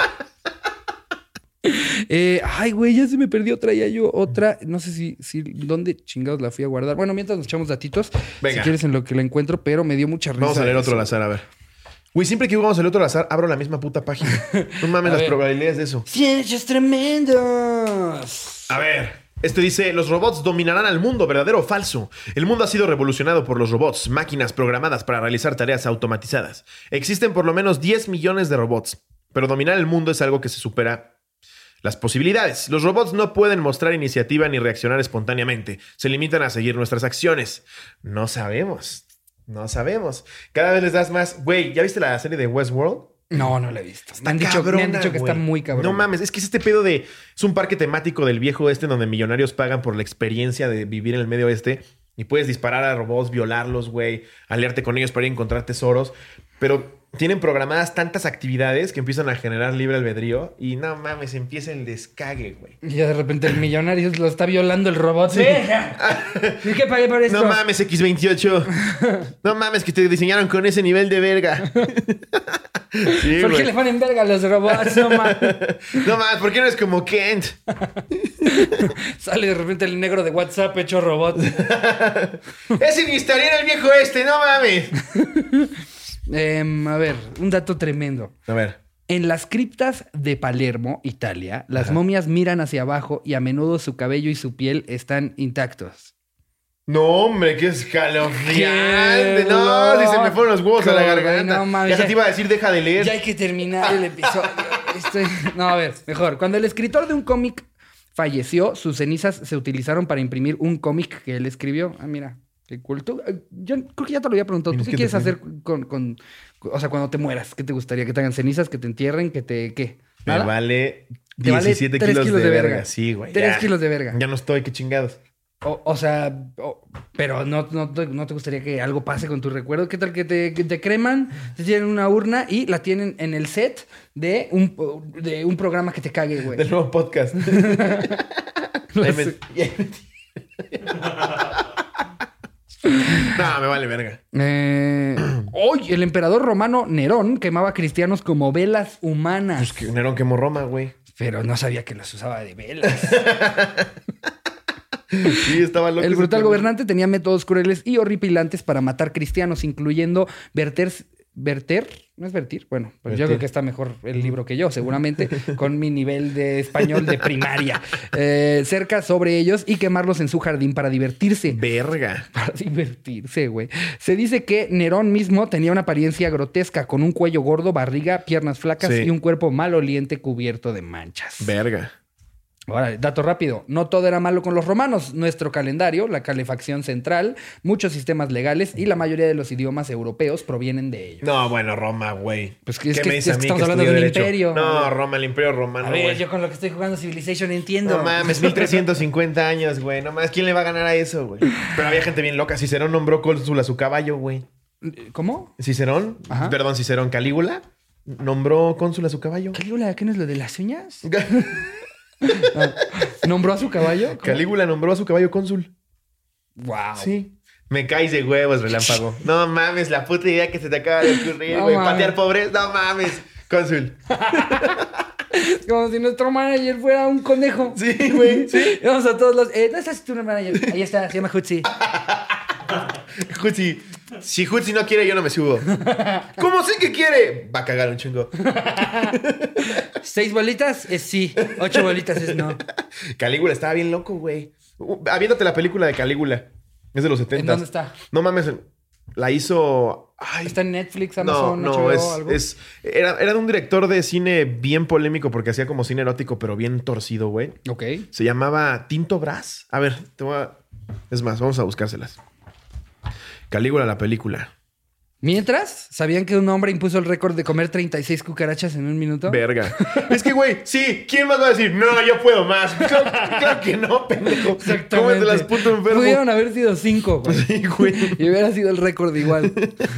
Eh, ay, güey, ya se me perdió. Traía yo otra. No sé si, si dónde chingados la fui a guardar. Bueno, mientras nos echamos datitos. Venga. Si quieres en lo que la encuentro, pero me dio mucha risa. Vamos a leer otro al eso. azar, a ver. Güey, siempre que jugamos el otro al azar, abro la misma puta página. No mames A las ver. probabilidades de eso. Ciencias tremendos. A ver. Este dice, los robots dominarán al mundo, ¿verdadero o falso? El mundo ha sido revolucionado por los robots, máquinas programadas para realizar tareas automatizadas. Existen por lo menos diez millones de robots, pero dominar el mundo es algo que se supera las posibilidades. Los robots no pueden mostrar iniciativa ni reaccionar espontáneamente. Se limitan a seguir nuestras acciones. No sabemos. No sabemos. Cada vez les das más... Güey, ¿ya viste la serie de Westworld? No, no la he visto. Está me han dicho, me han cabrona, dicho que güey. está muy cabrón. No mames, es que es este pedo de... Es un parque temático del viejo oeste donde millonarios pagan por la experiencia de vivir en el medio oeste y puedes disparar a robots, violarlos, güey, aliarte con ellos para ir a encontrar tesoros. Pero tienen programadas tantas actividades que empiezan a generar libre albedrío y no mames, empieza el descague, güey. Y ya de repente el millonario lo está violando el robot. ¡Deja! ¿Y qué pagué por esto? No mames, equis veintiocho. No mames, que te diseñaron con ese nivel de verga. Sí, ¿Por qué güey. le ponen verga a los robots? No mames. No mames, ¿por qué no es como Kent? Sale de repente el negro de WhatsApp hecho robot. Ese ni estaría en el viejo este, no mames. Em, a ver, un dato tremendo. A ver. En las criptas de Palermo, Italia, las Ajá. momias miran hacia abajo y a menudo su cabello y su piel están intactos. No, hombre, qué escalofriante. Qué No, si se me fueron los huevos a la loco, garganta. no mames, ya se ya- te iba a decir, deja de leer. Ya hay que terminar el episodio. Estoy... No, a ver, mejor. Cuando el escritor de un cómic falleció, sus cenizas se utilizaron para imprimir un cómic que él escribió. Ah, mira, qué cool. Tú, eh, yo creo que ya te lo había preguntado. ¿Tú Tienes qué que quieres te hacer con, con... O sea, cuando te mueras, ¿qué te gustaría? ¿Que te hagan cenizas? ¿Que te entierren? ¿Que te... qué? Me ¿Nada? vale Te vale diecisiete tres kilos, de, verga. Sí, güey. Tres ya. kilos de verga. Ya no estoy, qué chingados. O, o sea, o- pero no, no, te- no te gustaría que algo pase con tu recuerdo. ¿Qué tal que te, que te creman, te tienen una urna y la tienen en el set de un, de un programa que te cague, güey? Del nuevo podcast. Lo Ahí sé. me- No, me vale verga. Eh, hoy el emperador romano Nerón quemaba cristianos como velas humanas. Pues que Nerón quemó Roma, güey. Pero no sabía que los usaba de velas. Sí, estaba loco. El ese brutal cabrón. gobernante tenía métodos crueles y horripilantes para matar cristianos, incluyendo verter... ¿Verter? ¿No es vertir? Bueno, pues yo Vertir. creo que está mejor el libro que yo, seguramente, con mi nivel de español de primaria. Eh, cerca sobre ellos y quemarlos en su jardín para divertirse. Verga. Para divertirse, güey. Se dice que Nerón mismo tenía una apariencia grotesca, con un cuello gordo, barriga, piernas flacas Sí. y un cuerpo maloliente cubierto de manchas. Verga. Ahora, dato rápido. No todo era malo con los romanos. Nuestro calendario, la calefacción central, muchos sistemas legales y la mayoría de los idiomas europeos provienen de ellos. No, bueno, Roma, güey. Pues que es ¿Qué que- me dice es a que mí estamos que hablando estudió de un Derecho? imperio. No, Roma, el imperio romano, A ver, güey. yo con lo que estoy jugando Civilization entiendo. No mames, mil trescientos cincuenta años, güey. No mames, ¿quién le va a ganar a eso, güey? Pero había gente bien loca. Cicerón nombró cónsul a su caballo, güey. ¿Cómo? Cicerón, Ajá. perdón, Cicerón, Calígula, nombró cónsul a su caballo. Calígula, ¿qué no es lo de las uñas? Ah, ¿nombró a su caballo? ¿Cómo? Calígula nombró a su caballo cónsul. Wow. Sí. Me caes de huevos, relámpago. No mames, la puta idea que se te acaba de ocurrir, No güey. mames. Patear pobres, no mames. Cónsul. Como si nuestro manager fuera un conejo. Sí, güey, sí. Vamos a todos los... Eh, ¿dónde estás tu manager? Ahí está, se llama Hutzi. Jutsi. Si Jutsi no quiere, yo no me subo. ¿Cómo sé que quiere? Va a cagar un chingo. ¿Seis bolitas? Es sí. Ocho bolitas es no. Calígula estaba bien loco, güey. Uh, Aviéntate la película de Calígula. Es de los setenta. ¿En dónde está? No mames. La hizo... Ay, ¿Está en Netflix, no, Amazon, no, H B O, es, algo? es era, era de un director de cine bien polémico porque hacía como cine erótico, pero bien torcido, güey. Ok. Se llamaba Tinto Brass. A ver, te voy a... Es más, vamos a buscárselas. Calígula, la película. Mientras, ¿sabían que un hombre impuso el récord de comer treinta y seis cucarachas en un minuto? Verga. Es que, güey, sí, ¿quién más va a decir? No, yo puedo más. Claro, claro que no, pendejo. Exactamente. Cómete las puto enfermo. Pudieron haber sido cinco, güey. Sí, güey. Y hubiera sido el récord igual.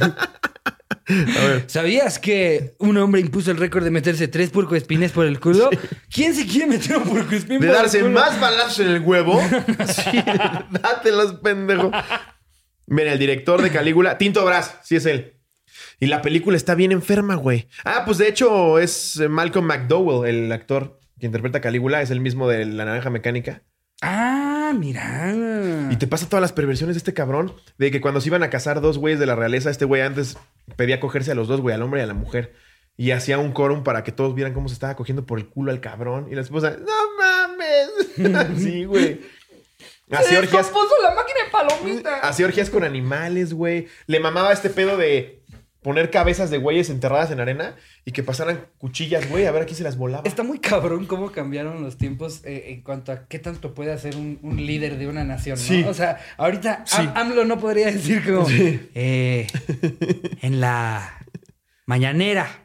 A ver. ¿Sabías que un hombre impuso el récord de meterse tres puercoespines por el culo? ¿Quién se quiere meter un puercoespín De por darse el culo? más balazos en el huevo. Sí, dátelos, pendejo. Mira, el director de Calígula, Tinto Brass, sí es él. Y la película está bien enferma, güey. Ah, pues de hecho es Malcolm McDowell, el actor que interpreta a Calígula, es el mismo de La Naranja Mecánica. Ah, mira. Y te pasa todas las perversiones de este cabrón. De que cuando se iban a casar dos güeyes de la realeza, este güey antes pedía cogerse a los dos, güey, al hombre y a la mujer. Y hacía un quórum para que todos vieran cómo se estaba cogiendo por el culo al cabrón. Y la esposa, no mames. Sí, güey. Hacía orgías, descompuso la máquina de palomitas. hacía orgías con animales, güey. Le mamaba este pedo de poner cabezas de güeyes enterradas en arena y que pasaran cuchillas, güey, a ver a quién se las volaba. Está muy cabrón cómo cambiaron los tiempos eh, en cuanto a qué tanto puede hacer un, un líder de una nación, ¿no? Sí. O sea, ahorita Sí. Am- AMLO no podría decir como... Sí. eh, en la mañanera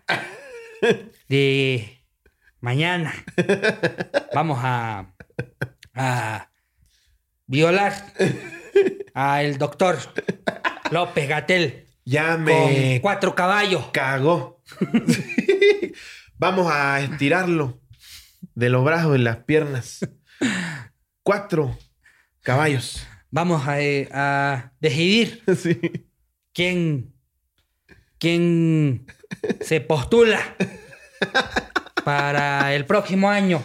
de mañana vamos a, a violar al doctor López Gatell Ya con me cuatro caballos. cagó. Vamos a estirarlo de los brazos y las piernas. Cuatro caballos. Vamos a, eh, a decidir Sí. quién, quién se postula para el próximo año.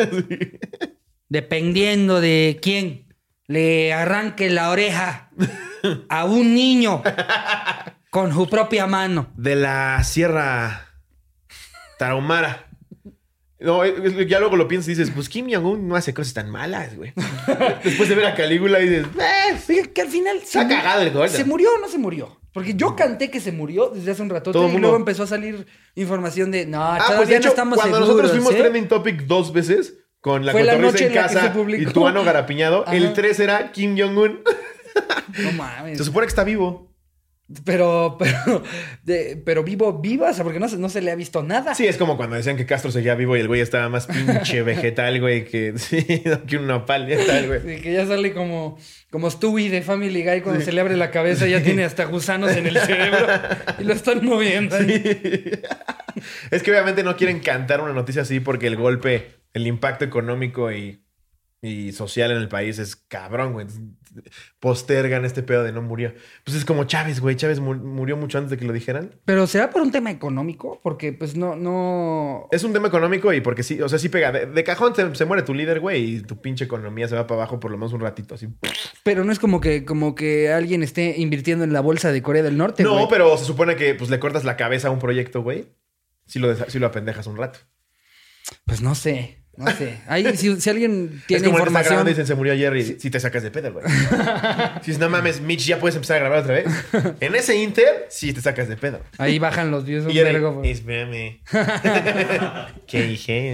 Dependiendo de quién le arranque la oreja a un niño con su propia mano. De la Sierra Tarahumara. No, ya luego lo piensas y dices, pues Kim Jong-un no hace cosas tan malas, güey. Después de ver a Calígula dices, eh, Fíjate que al final se ha cagado el gol. ¿Se murió o no se murió? Porque yo canté que se murió desde hace un rato y mundo. luego empezó a salir información de no, ah, todavía pues de hecho, no estamos cuando seguros, nosotros fuimos ¿eh? trending topic dos veces con la Fue la cotorriza noche en en la que se casa publicó. y tu ano garapiñado, Ajá. el tres era Kim Jong-un. No mames. Se supone que está vivo. Pero, pero, de- pero vivo, viva, o sea, porque no, se- no se le ha visto nada. Sí, es como cuando decían que Castro seguía vivo y el güey estaba más pinche vegetal, güey, que, sí, que un nopal, ya tal, güey. Sí, que ya sale como, como Stewie de Family Guy cuando se le abre la cabeza, ya tiene hasta gusanos en el cerebro y lo están moviendo ahí. Es que obviamente no quieren cantar una noticia así porque el golpe, el impacto económico y, y social en el país es cabrón, güey. Postergan este pedo de no murió. Pues es como Chávez, güey. Chávez mu- murió mucho antes de que lo dijeran. Pero será por un tema económico, porque pues no, no. Es un tema económico y porque sí, o sea, sí pega. De, de cajón se, se muere tu líder, güey, y tu pinche economía se va para abajo por lo menos un ratito, así. Pero no es como que, como que alguien esté invirtiendo en la bolsa de Corea del Norte. No, güey. pero se supone que pues le cortas la cabeza a un proyecto, güey. Si lo, desa- si lo apendejas un rato. Pues no sé. No sé. Ahí, si, si alguien tiene es como en Instagram información. dicen se murió ayer y si te sacas de pedo, güey. Si es no mames, Mitch, ya puedes empezar a grabar otra vez. En ese Inter, sí te sacas de pedo. Ahí bajan los views un Y Jerry, vergo. güey. espérame. ¿Qué dije?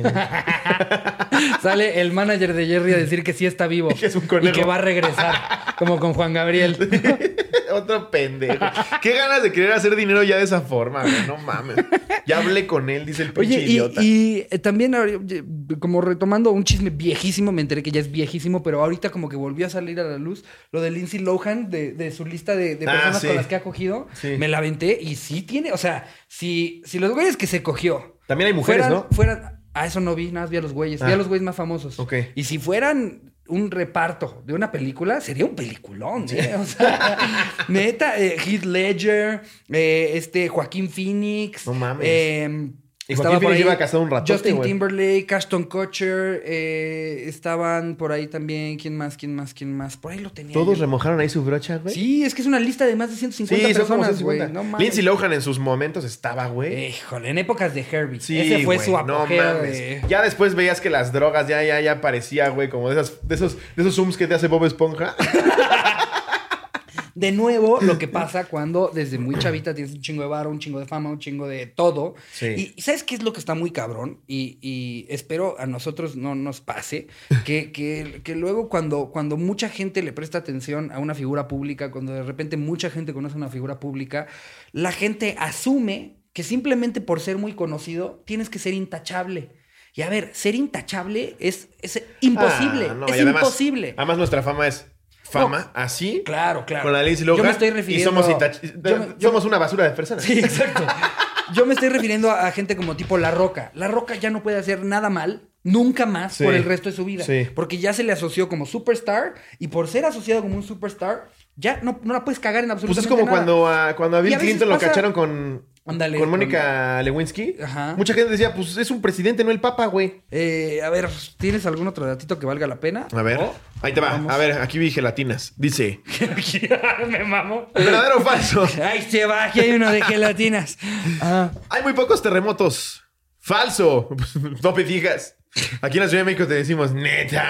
Sale el manager de Jerry a decir que sí está vivo. Que es un conejo. Y que va a regresar. Como con Juan Gabriel. Otro pendejo. Qué ganas de querer hacer dinero ya de esa forma, güey. No mames. Ya hablé con él, dice el pinche Oye, y, idiota. y, eh, también ahora, oye, como retomando un chisme viejísimo, me enteré que ya es viejísimo, pero ahorita como que volvió a salir a la luz lo de Lindsay Lohan, de, de su lista de, de Ah, personas sí. con las que ha cogido. Sí. Me la aventé y sí tiene, o sea, si, si los güeyes que se cogió También hay mujeres, fueran, ¿no? fueran, a eso no vi, nada más vi a los güeyes, vi Ah. a los güeyes más famosos. Ok. Y si fueran un reparto de una película, sería un peliculón, ¿eh? O sea, neta, eh, Heath Ledger, eh, este Joaquín Phoenix. No mames. eh, Y estaba Joaquín por Phoenix ahí lleva casado un ratote, Justin güey. Timberlake, Ashton Kutcher, eh, estaban por ahí también. ¿Quién más? ¿Quién más? ¿Quién más? Por ahí lo tenía. Todos yo. remojaron ahí su brocha, güey. Sí, es que es una lista de más de ciento Sí, cincuenta son como personas, güey. ciento cincuenta. No mames. Lindsay Lohan en sus momentos estaba, güey. Híjole, en épocas de Herbie. Sí, Ese fue güey, su no apogeo mames. de... Ya después veías que las drogas ya, ya, ya parecía, güey, como de, esas, de, esos, de esos zooms que te hace Bob Esponja. De nuevo, lo que pasa cuando desde muy chavita tienes un chingo de varo, un chingo de fama, un chingo de todo. Sí. Y, y ¿sabes qué es lo que está muy cabrón? Y, y espero a nosotros no nos pase, que, que, que luego cuando, cuando mucha gente le presta atención a una figura pública, cuando de repente mucha gente conoce a una figura pública, la gente asume que simplemente por ser muy conocido tienes que ser intachable. Y a ver, ser intachable es, es imposible. Ah, no, es y además- imposible. Además, nuestra fama es fama, así. Claro, claro. Con la Lindsay Lohan. Yo me estoy Y refiriendo... somos, intach- yo me- yo- somos una basura de personas. Sí, exacto. Yo me estoy refiriendo a, a gente como tipo La Roca. La Roca ya no puede hacer nada mal, nunca más, Sí. por el resto de su vida. Sí. Porque ya se le asoció como superstar y por ser asociado como un superstar, ya no, no la puedes cagar en Pues absolutamente es como nada. cuando a, cuando a Y Bill a veces Clinton lo pasa- cacharon con, Ándale, con Mónica Lewinsky. Ajá. Mucha gente decía, pues es un presidente, no el papa, güey. Eh, a ver, ¿tienes algún otro datito que valga la pena? A ver, ¿O? ahí te va. Vamos. A ver, aquí vi gelatinas. Dice, Me mamo. ¿verdadero o falso? Ahí se va, aquí hay uno de gelatinas. Ah. Hay muy pocos terremotos. Falso. No me digas. Aquí en la Ciudad de México te decimos, neta.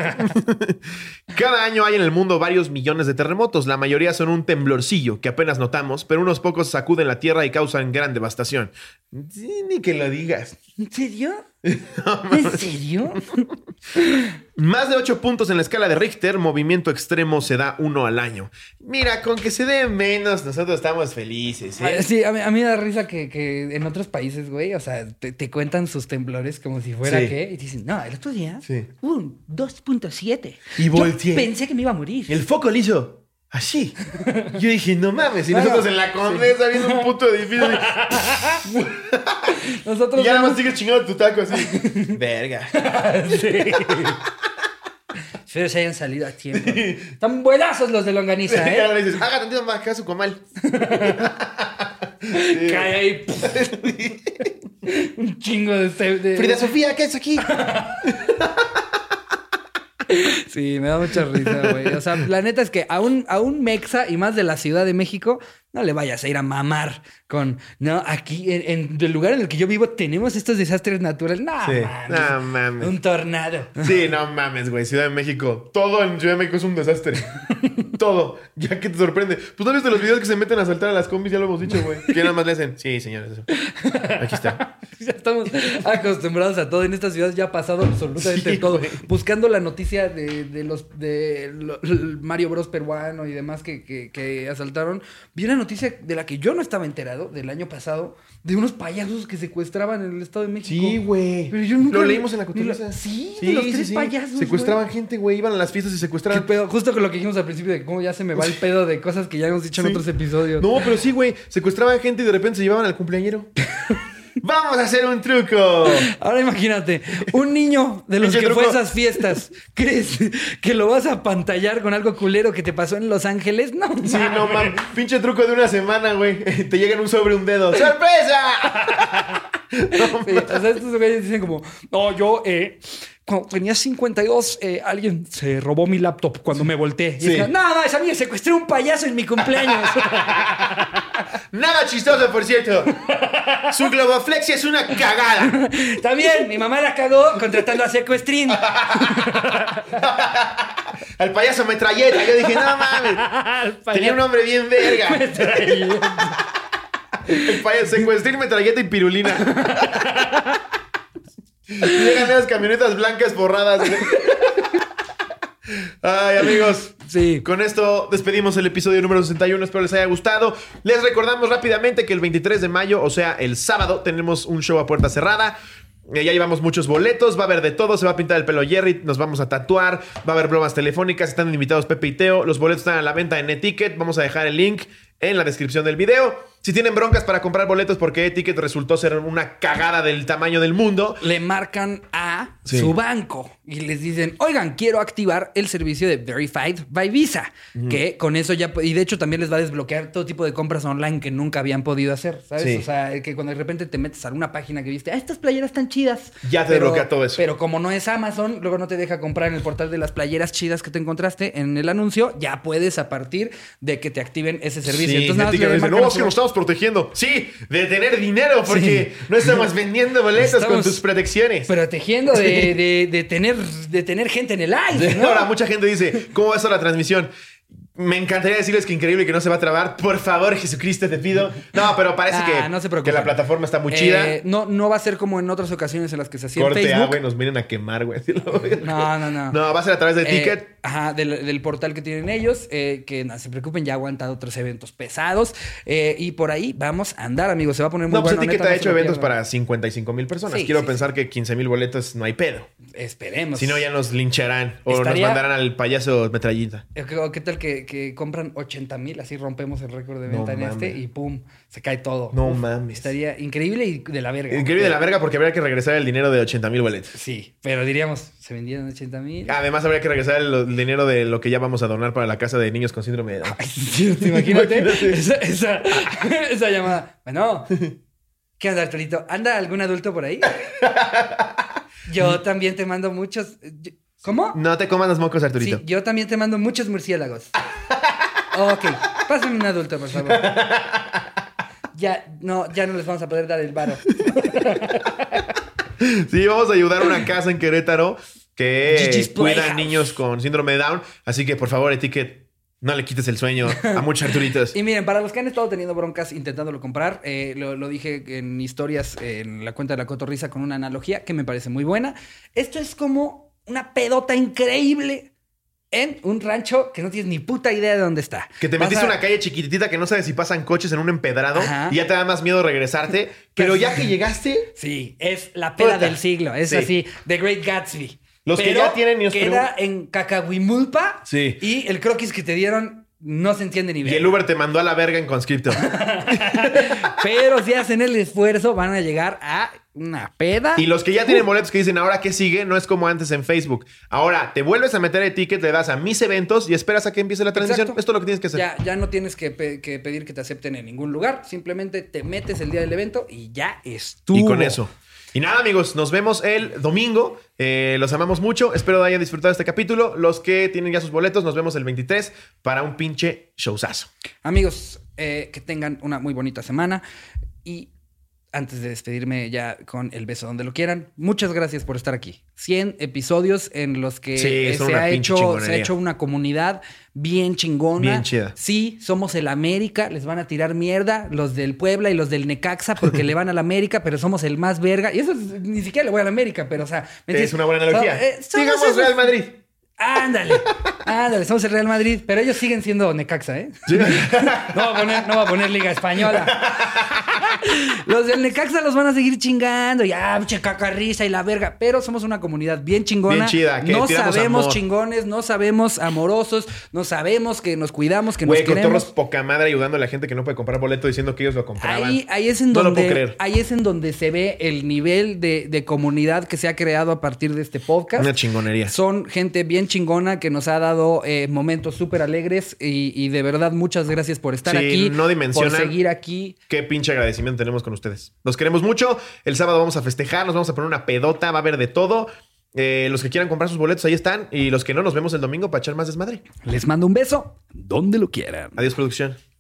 Cada año hay en el mundo varios millones de terremotos. La mayoría son un temblorcillo que apenas notamos, pero unos pocos sacuden la tierra y causan gran devastación. Sí, ni que lo digas. ¿En serio? ¿En serio? Más de ocho puntos en la escala de Richter, movimiento extremo se da uno al año. Mira, con que se dé menos, nosotros estamos felices, ¿eh? Ah, sí, a mí, a mí me da risa que, que en otros países, güey, o sea, te, te cuentan sus temblores como si fuera Sí. qué. Y dicen, no, el otro día, Sí. un dos punto siete. Y Yo volteé. pensé que me iba a morir. El foco le hizo así. Yo dije, no mames. Y nosotros en la Condesa viendo un puto edificio. así. Nosotros Y ya nada más vemos- sigues chingando tu taco así. Verga. Sí. Espero se hayan salido a tiempo. Están buenazos los de longaniza, Y ahora ¿eh? le dices, haga tantito más caso, comal. Cae ahí. Un chingo de... de- Frida Sofía, ¿qué es aquí? Sí, me da mucha risa, güey. O sea, la neta es que a un, a un mexa y más de la Ciudad de México, no le vayas a ir a mamar con... No, aquí, en, en el lugar en el que yo vivo, tenemos estos desastres naturales. No, Sí. mames. No mames. Un tornado. Sí, no mames, güey. Ciudad de México. Todo en Ciudad de México es un desastre. Todo. Ya que te sorprende. Pues no viste los videos que se meten a saltar a las combis, ya lo hemos dicho, güey. Que nada más le hacen. Sí, señores. Eso. Aquí está. Ya estamos acostumbrados a todo. En esta ciudad ya ha pasado absolutamente Sí, todo. güey. Buscando la noticia de, de los de lo- el Mario Bros peruano y demás que, que, que asaltaron, vi una noticia de la que yo no estaba enterado del año pasado, de unos payasos que secuestraban en el Estado de México. Sí, güey. Pero yo nunca Lo leímos en la ni cotorriza. lo- Sí, de los tres payasos. Secuestraban güey. gente, güey. Iban a las fiestas y Qué secuestraban. pedo. Justo con lo que dijimos al principio de cómo ya se me va el pedo de cosas que ya hemos dicho en Sí. otros episodios. No, pero sí, güey. Secuestraban gente y de repente se llevaban al cumpleañero. ¡Vamos a hacer un truco! Ahora imagínate, un niño de los Pinche que fue a truco. esas fiestas, ¿crees que lo vas a pantallar con algo culero que te pasó en Los Ángeles? No, Sí, no mames. Pinche truco de una semana, güey. Te llegan un sobre un dedo. ¡Sorpresa! No, Sí, o sea, estos güeyes dicen como, no, yo, eh, cuando tenía cincuenta y dos, eh, alguien se robó mi laptop cuando me volteé. Y Sí. es que, no, no, esa mía secuestré un payaso en mi cumpleaños. Nada chistoso, por cierto. Su globoflexia es una cagada. También, mi mamá la cagó contratando a Secuestrín. Al payaso metralleta. Yo dije, no mames. Tenía un nombre bien verga. El payaso secuestrín, metralleta y pirulina. Llegan esas camionetas blancas forradas. güey. Ay, amigos. Sí. Con esto despedimos el episodio número sesenta y uno. Espero les haya gustado. Les recordamos rápidamente que el veintitrés de mayo, o sea, el sábado, tenemos un show a puerta cerrada. Eh, ya llevamos muchos boletos, va a haber de todo, se va a pintar el pelo Jerry, nos vamos a tatuar, va a haber bromas telefónicas, están invitados Pepe y Teo, los boletos están a la venta en eTicket, vamos a dejar el link en la descripción del video. Si tienen broncas para comprar boletos porque eTicket resultó ser una cagada del tamaño del mundo, Le marcan a Sí. su banco y les dicen, oigan, quiero activar el servicio de Verified by Visa, que con eso ya, y de hecho también les va a desbloquear todo tipo de compras online que nunca habían podido hacer, ¿sabes? Sí. O sea, que cuando de repente te metes a alguna página que viste, ah, estas playeras están chidas. Ya te desbloquea todo eso. Pero como no es Amazon, luego no te deja comprar en el portal de las playeras chidas que te encontraste en el anuncio, ya puedes a partir de que te activen ese servicio. sí, Entonces nada más eTicket le dice, marcan no, a es su- que nos estamos protegiendo. Sí, de tener dinero porque Sí. no estamos vendiendo boletos con Estamos tus protecciones. protegiendo de, de, de tener, de tener gente en el live, ¿no? Ahora, mucha gente dice, ¿cómo va a estar la transmisión? Me encantaría decirles que increíble que no se va a trabar. Por favor, Jesucristo, te pido. No, pero parece Ah, que, no se preocupen. que la plataforma está muy chida. Eh, no, no va a ser como en otras ocasiones en las que se hacía en Corte A, Facebook. güey, nos vienen a quemar, güey. No, no, no. No, va a ser a través de Eh, Ticket. ajá, del, del portal que tienen ellos. eh, que no se preocupen, ya ha aguantado otros eventos pesados. eh, y por ahí vamos a andar, amigos. Se va a poner muy No, pues bueno. Ticket neta, ha no hecho se lo eventos pierdan. para cincuenta y cinco mil personas. Sí, Quiero sí, pensar que quince mil boletos no hay pedo. Esperemos. Si no, ya nos lincharán. O Estaría- nos mandarán al payaso metrallita. Eh, ¿Qué, qué tal que, que compran ochenta mil? Así rompemos el récord de No venta en este mames. y pum, se cae todo. No mames. Estaría increíble y de la verga. Increíble de la verga porque habría que regresar el dinero de ochenta mil boletos. Sí, pero diríamos, se vendieron ochenta mil. Además, habría que regresar el, el dinero de lo que ya vamos a donar para la casa de niños con síndrome de Down. Ay, sí, imagínate, Imagínate. Esa, esa, esa llamada. Bueno, ¿qué onda, Arturito? ¿Anda algún adulto por ahí? Yo también te mando muchos. ¿Cómo? No te comas los mocos, Arturito. Sí, yo también te mando muchos murciélagos. Ok, pásame un adulto, por favor. Ya, no, ya no les vamos a poder dar el varo. Sí, vamos a ayudar a una casa en Querétaro que Gigi's cuida a Playhouse. niños con síndrome de Down. Así que, por favor, Etiquet, no le quites el sueño a muchos Arturitos. Y miren, para los que han estado teniendo broncas intentándolo comprar, eh, lo, lo dije en historias eh, en la cuenta de la Cotorrisa con una analogía que me parece muy buena. Esto es como una pedota increíble en un rancho que no tienes ni puta idea de dónde está. Que te Vas metiste a- en una calle chiquitita que no sabes si pasan coches en un empedrado Ajá. y ya te da más miedo regresarte. Pero ya que llegaste, Sí, es la peda Puta. del siglo. Es Sí. así, The Great Gatsby. Los que Pero ya tienen niños queda en Cacahuimulpa. Sí. Y el croquis que te dieron no se entiende ni y bien. el Uber te mandó a la verga en conscripto. Pero si hacen el esfuerzo, van a llegar a una peda. Y los que ya tienen boletos que dicen ahora qué sigue, no es como antes en Facebook. Ahora te vuelves a meter el ticket, le das a mis eventos y esperas a que empiece la transmisión. Exacto. Esto es lo que tienes que hacer. Ya, ya no tienes que, pe- que pedir que te acepten en ningún lugar. Simplemente te metes el día del evento y ya estuvo. Y con eso. Y nada, amigos, nos vemos el domingo. Eh, los amamos mucho. Espero hayan disfrutado este capítulo. Los que tienen ya sus boletos, nos vemos el veintitrés para un pinche showzazo. Amigos, eh, que tengan una muy bonita semana. Y antes de despedirme ya con el beso donde lo quieran, muchas gracias por estar aquí. cien episodios en los que Sí, eh, son se, una ha pinche hecho, chingonería. se ha hecho una comunidad bien chingona. Bien chida. Sí, somos el América. Les van a tirar mierda los del Puebla y los del Necaxa porque le van al América, pero somos el más verga. Y eso es- ni siquiera le voy al América, pero o sea... ¿me entiendes? Es una buena analogía. So- eh, somos Digamos esos- Real Madrid. Ándale, ándale, somos el Real Madrid, pero ellos siguen siendo Necaxa, ¿eh? No va a poner, no va a poner Liga Española. Los del Necaxa los van a seguir chingando, ya, che cacarriza y la verga, pero somos una comunidad bien chingona. Bien chida, que no tiramos sabemos amor. chingones, no sabemos amorosos, no sabemos que nos cuidamos, que Güey, nos con queremos. torros poca madre ayudando a la gente que no puede comprar boleto diciendo que ellos lo compraban. Ahí, ahí es en No lo puedo donde, creer. ahí es en donde se ve el nivel de, de comunidad que se ha creado a partir de este podcast. Una chingonería. Son gente bien chingona que nos ha dado eh, momentos súper alegres y, y de verdad muchas gracias por estar Sí, aquí, no dimensionan por seguir aquí. Qué pinche agradecimiento tenemos con ustedes. Los queremos mucho. El sábado vamos a festejar, nos vamos a poner una pedota, va a haber de todo. Eh, los que quieran comprar sus boletos, ahí están. Y los que no, nos vemos el domingo para echar más desmadre. Les mando un beso donde lo quieran. Adiós, producción.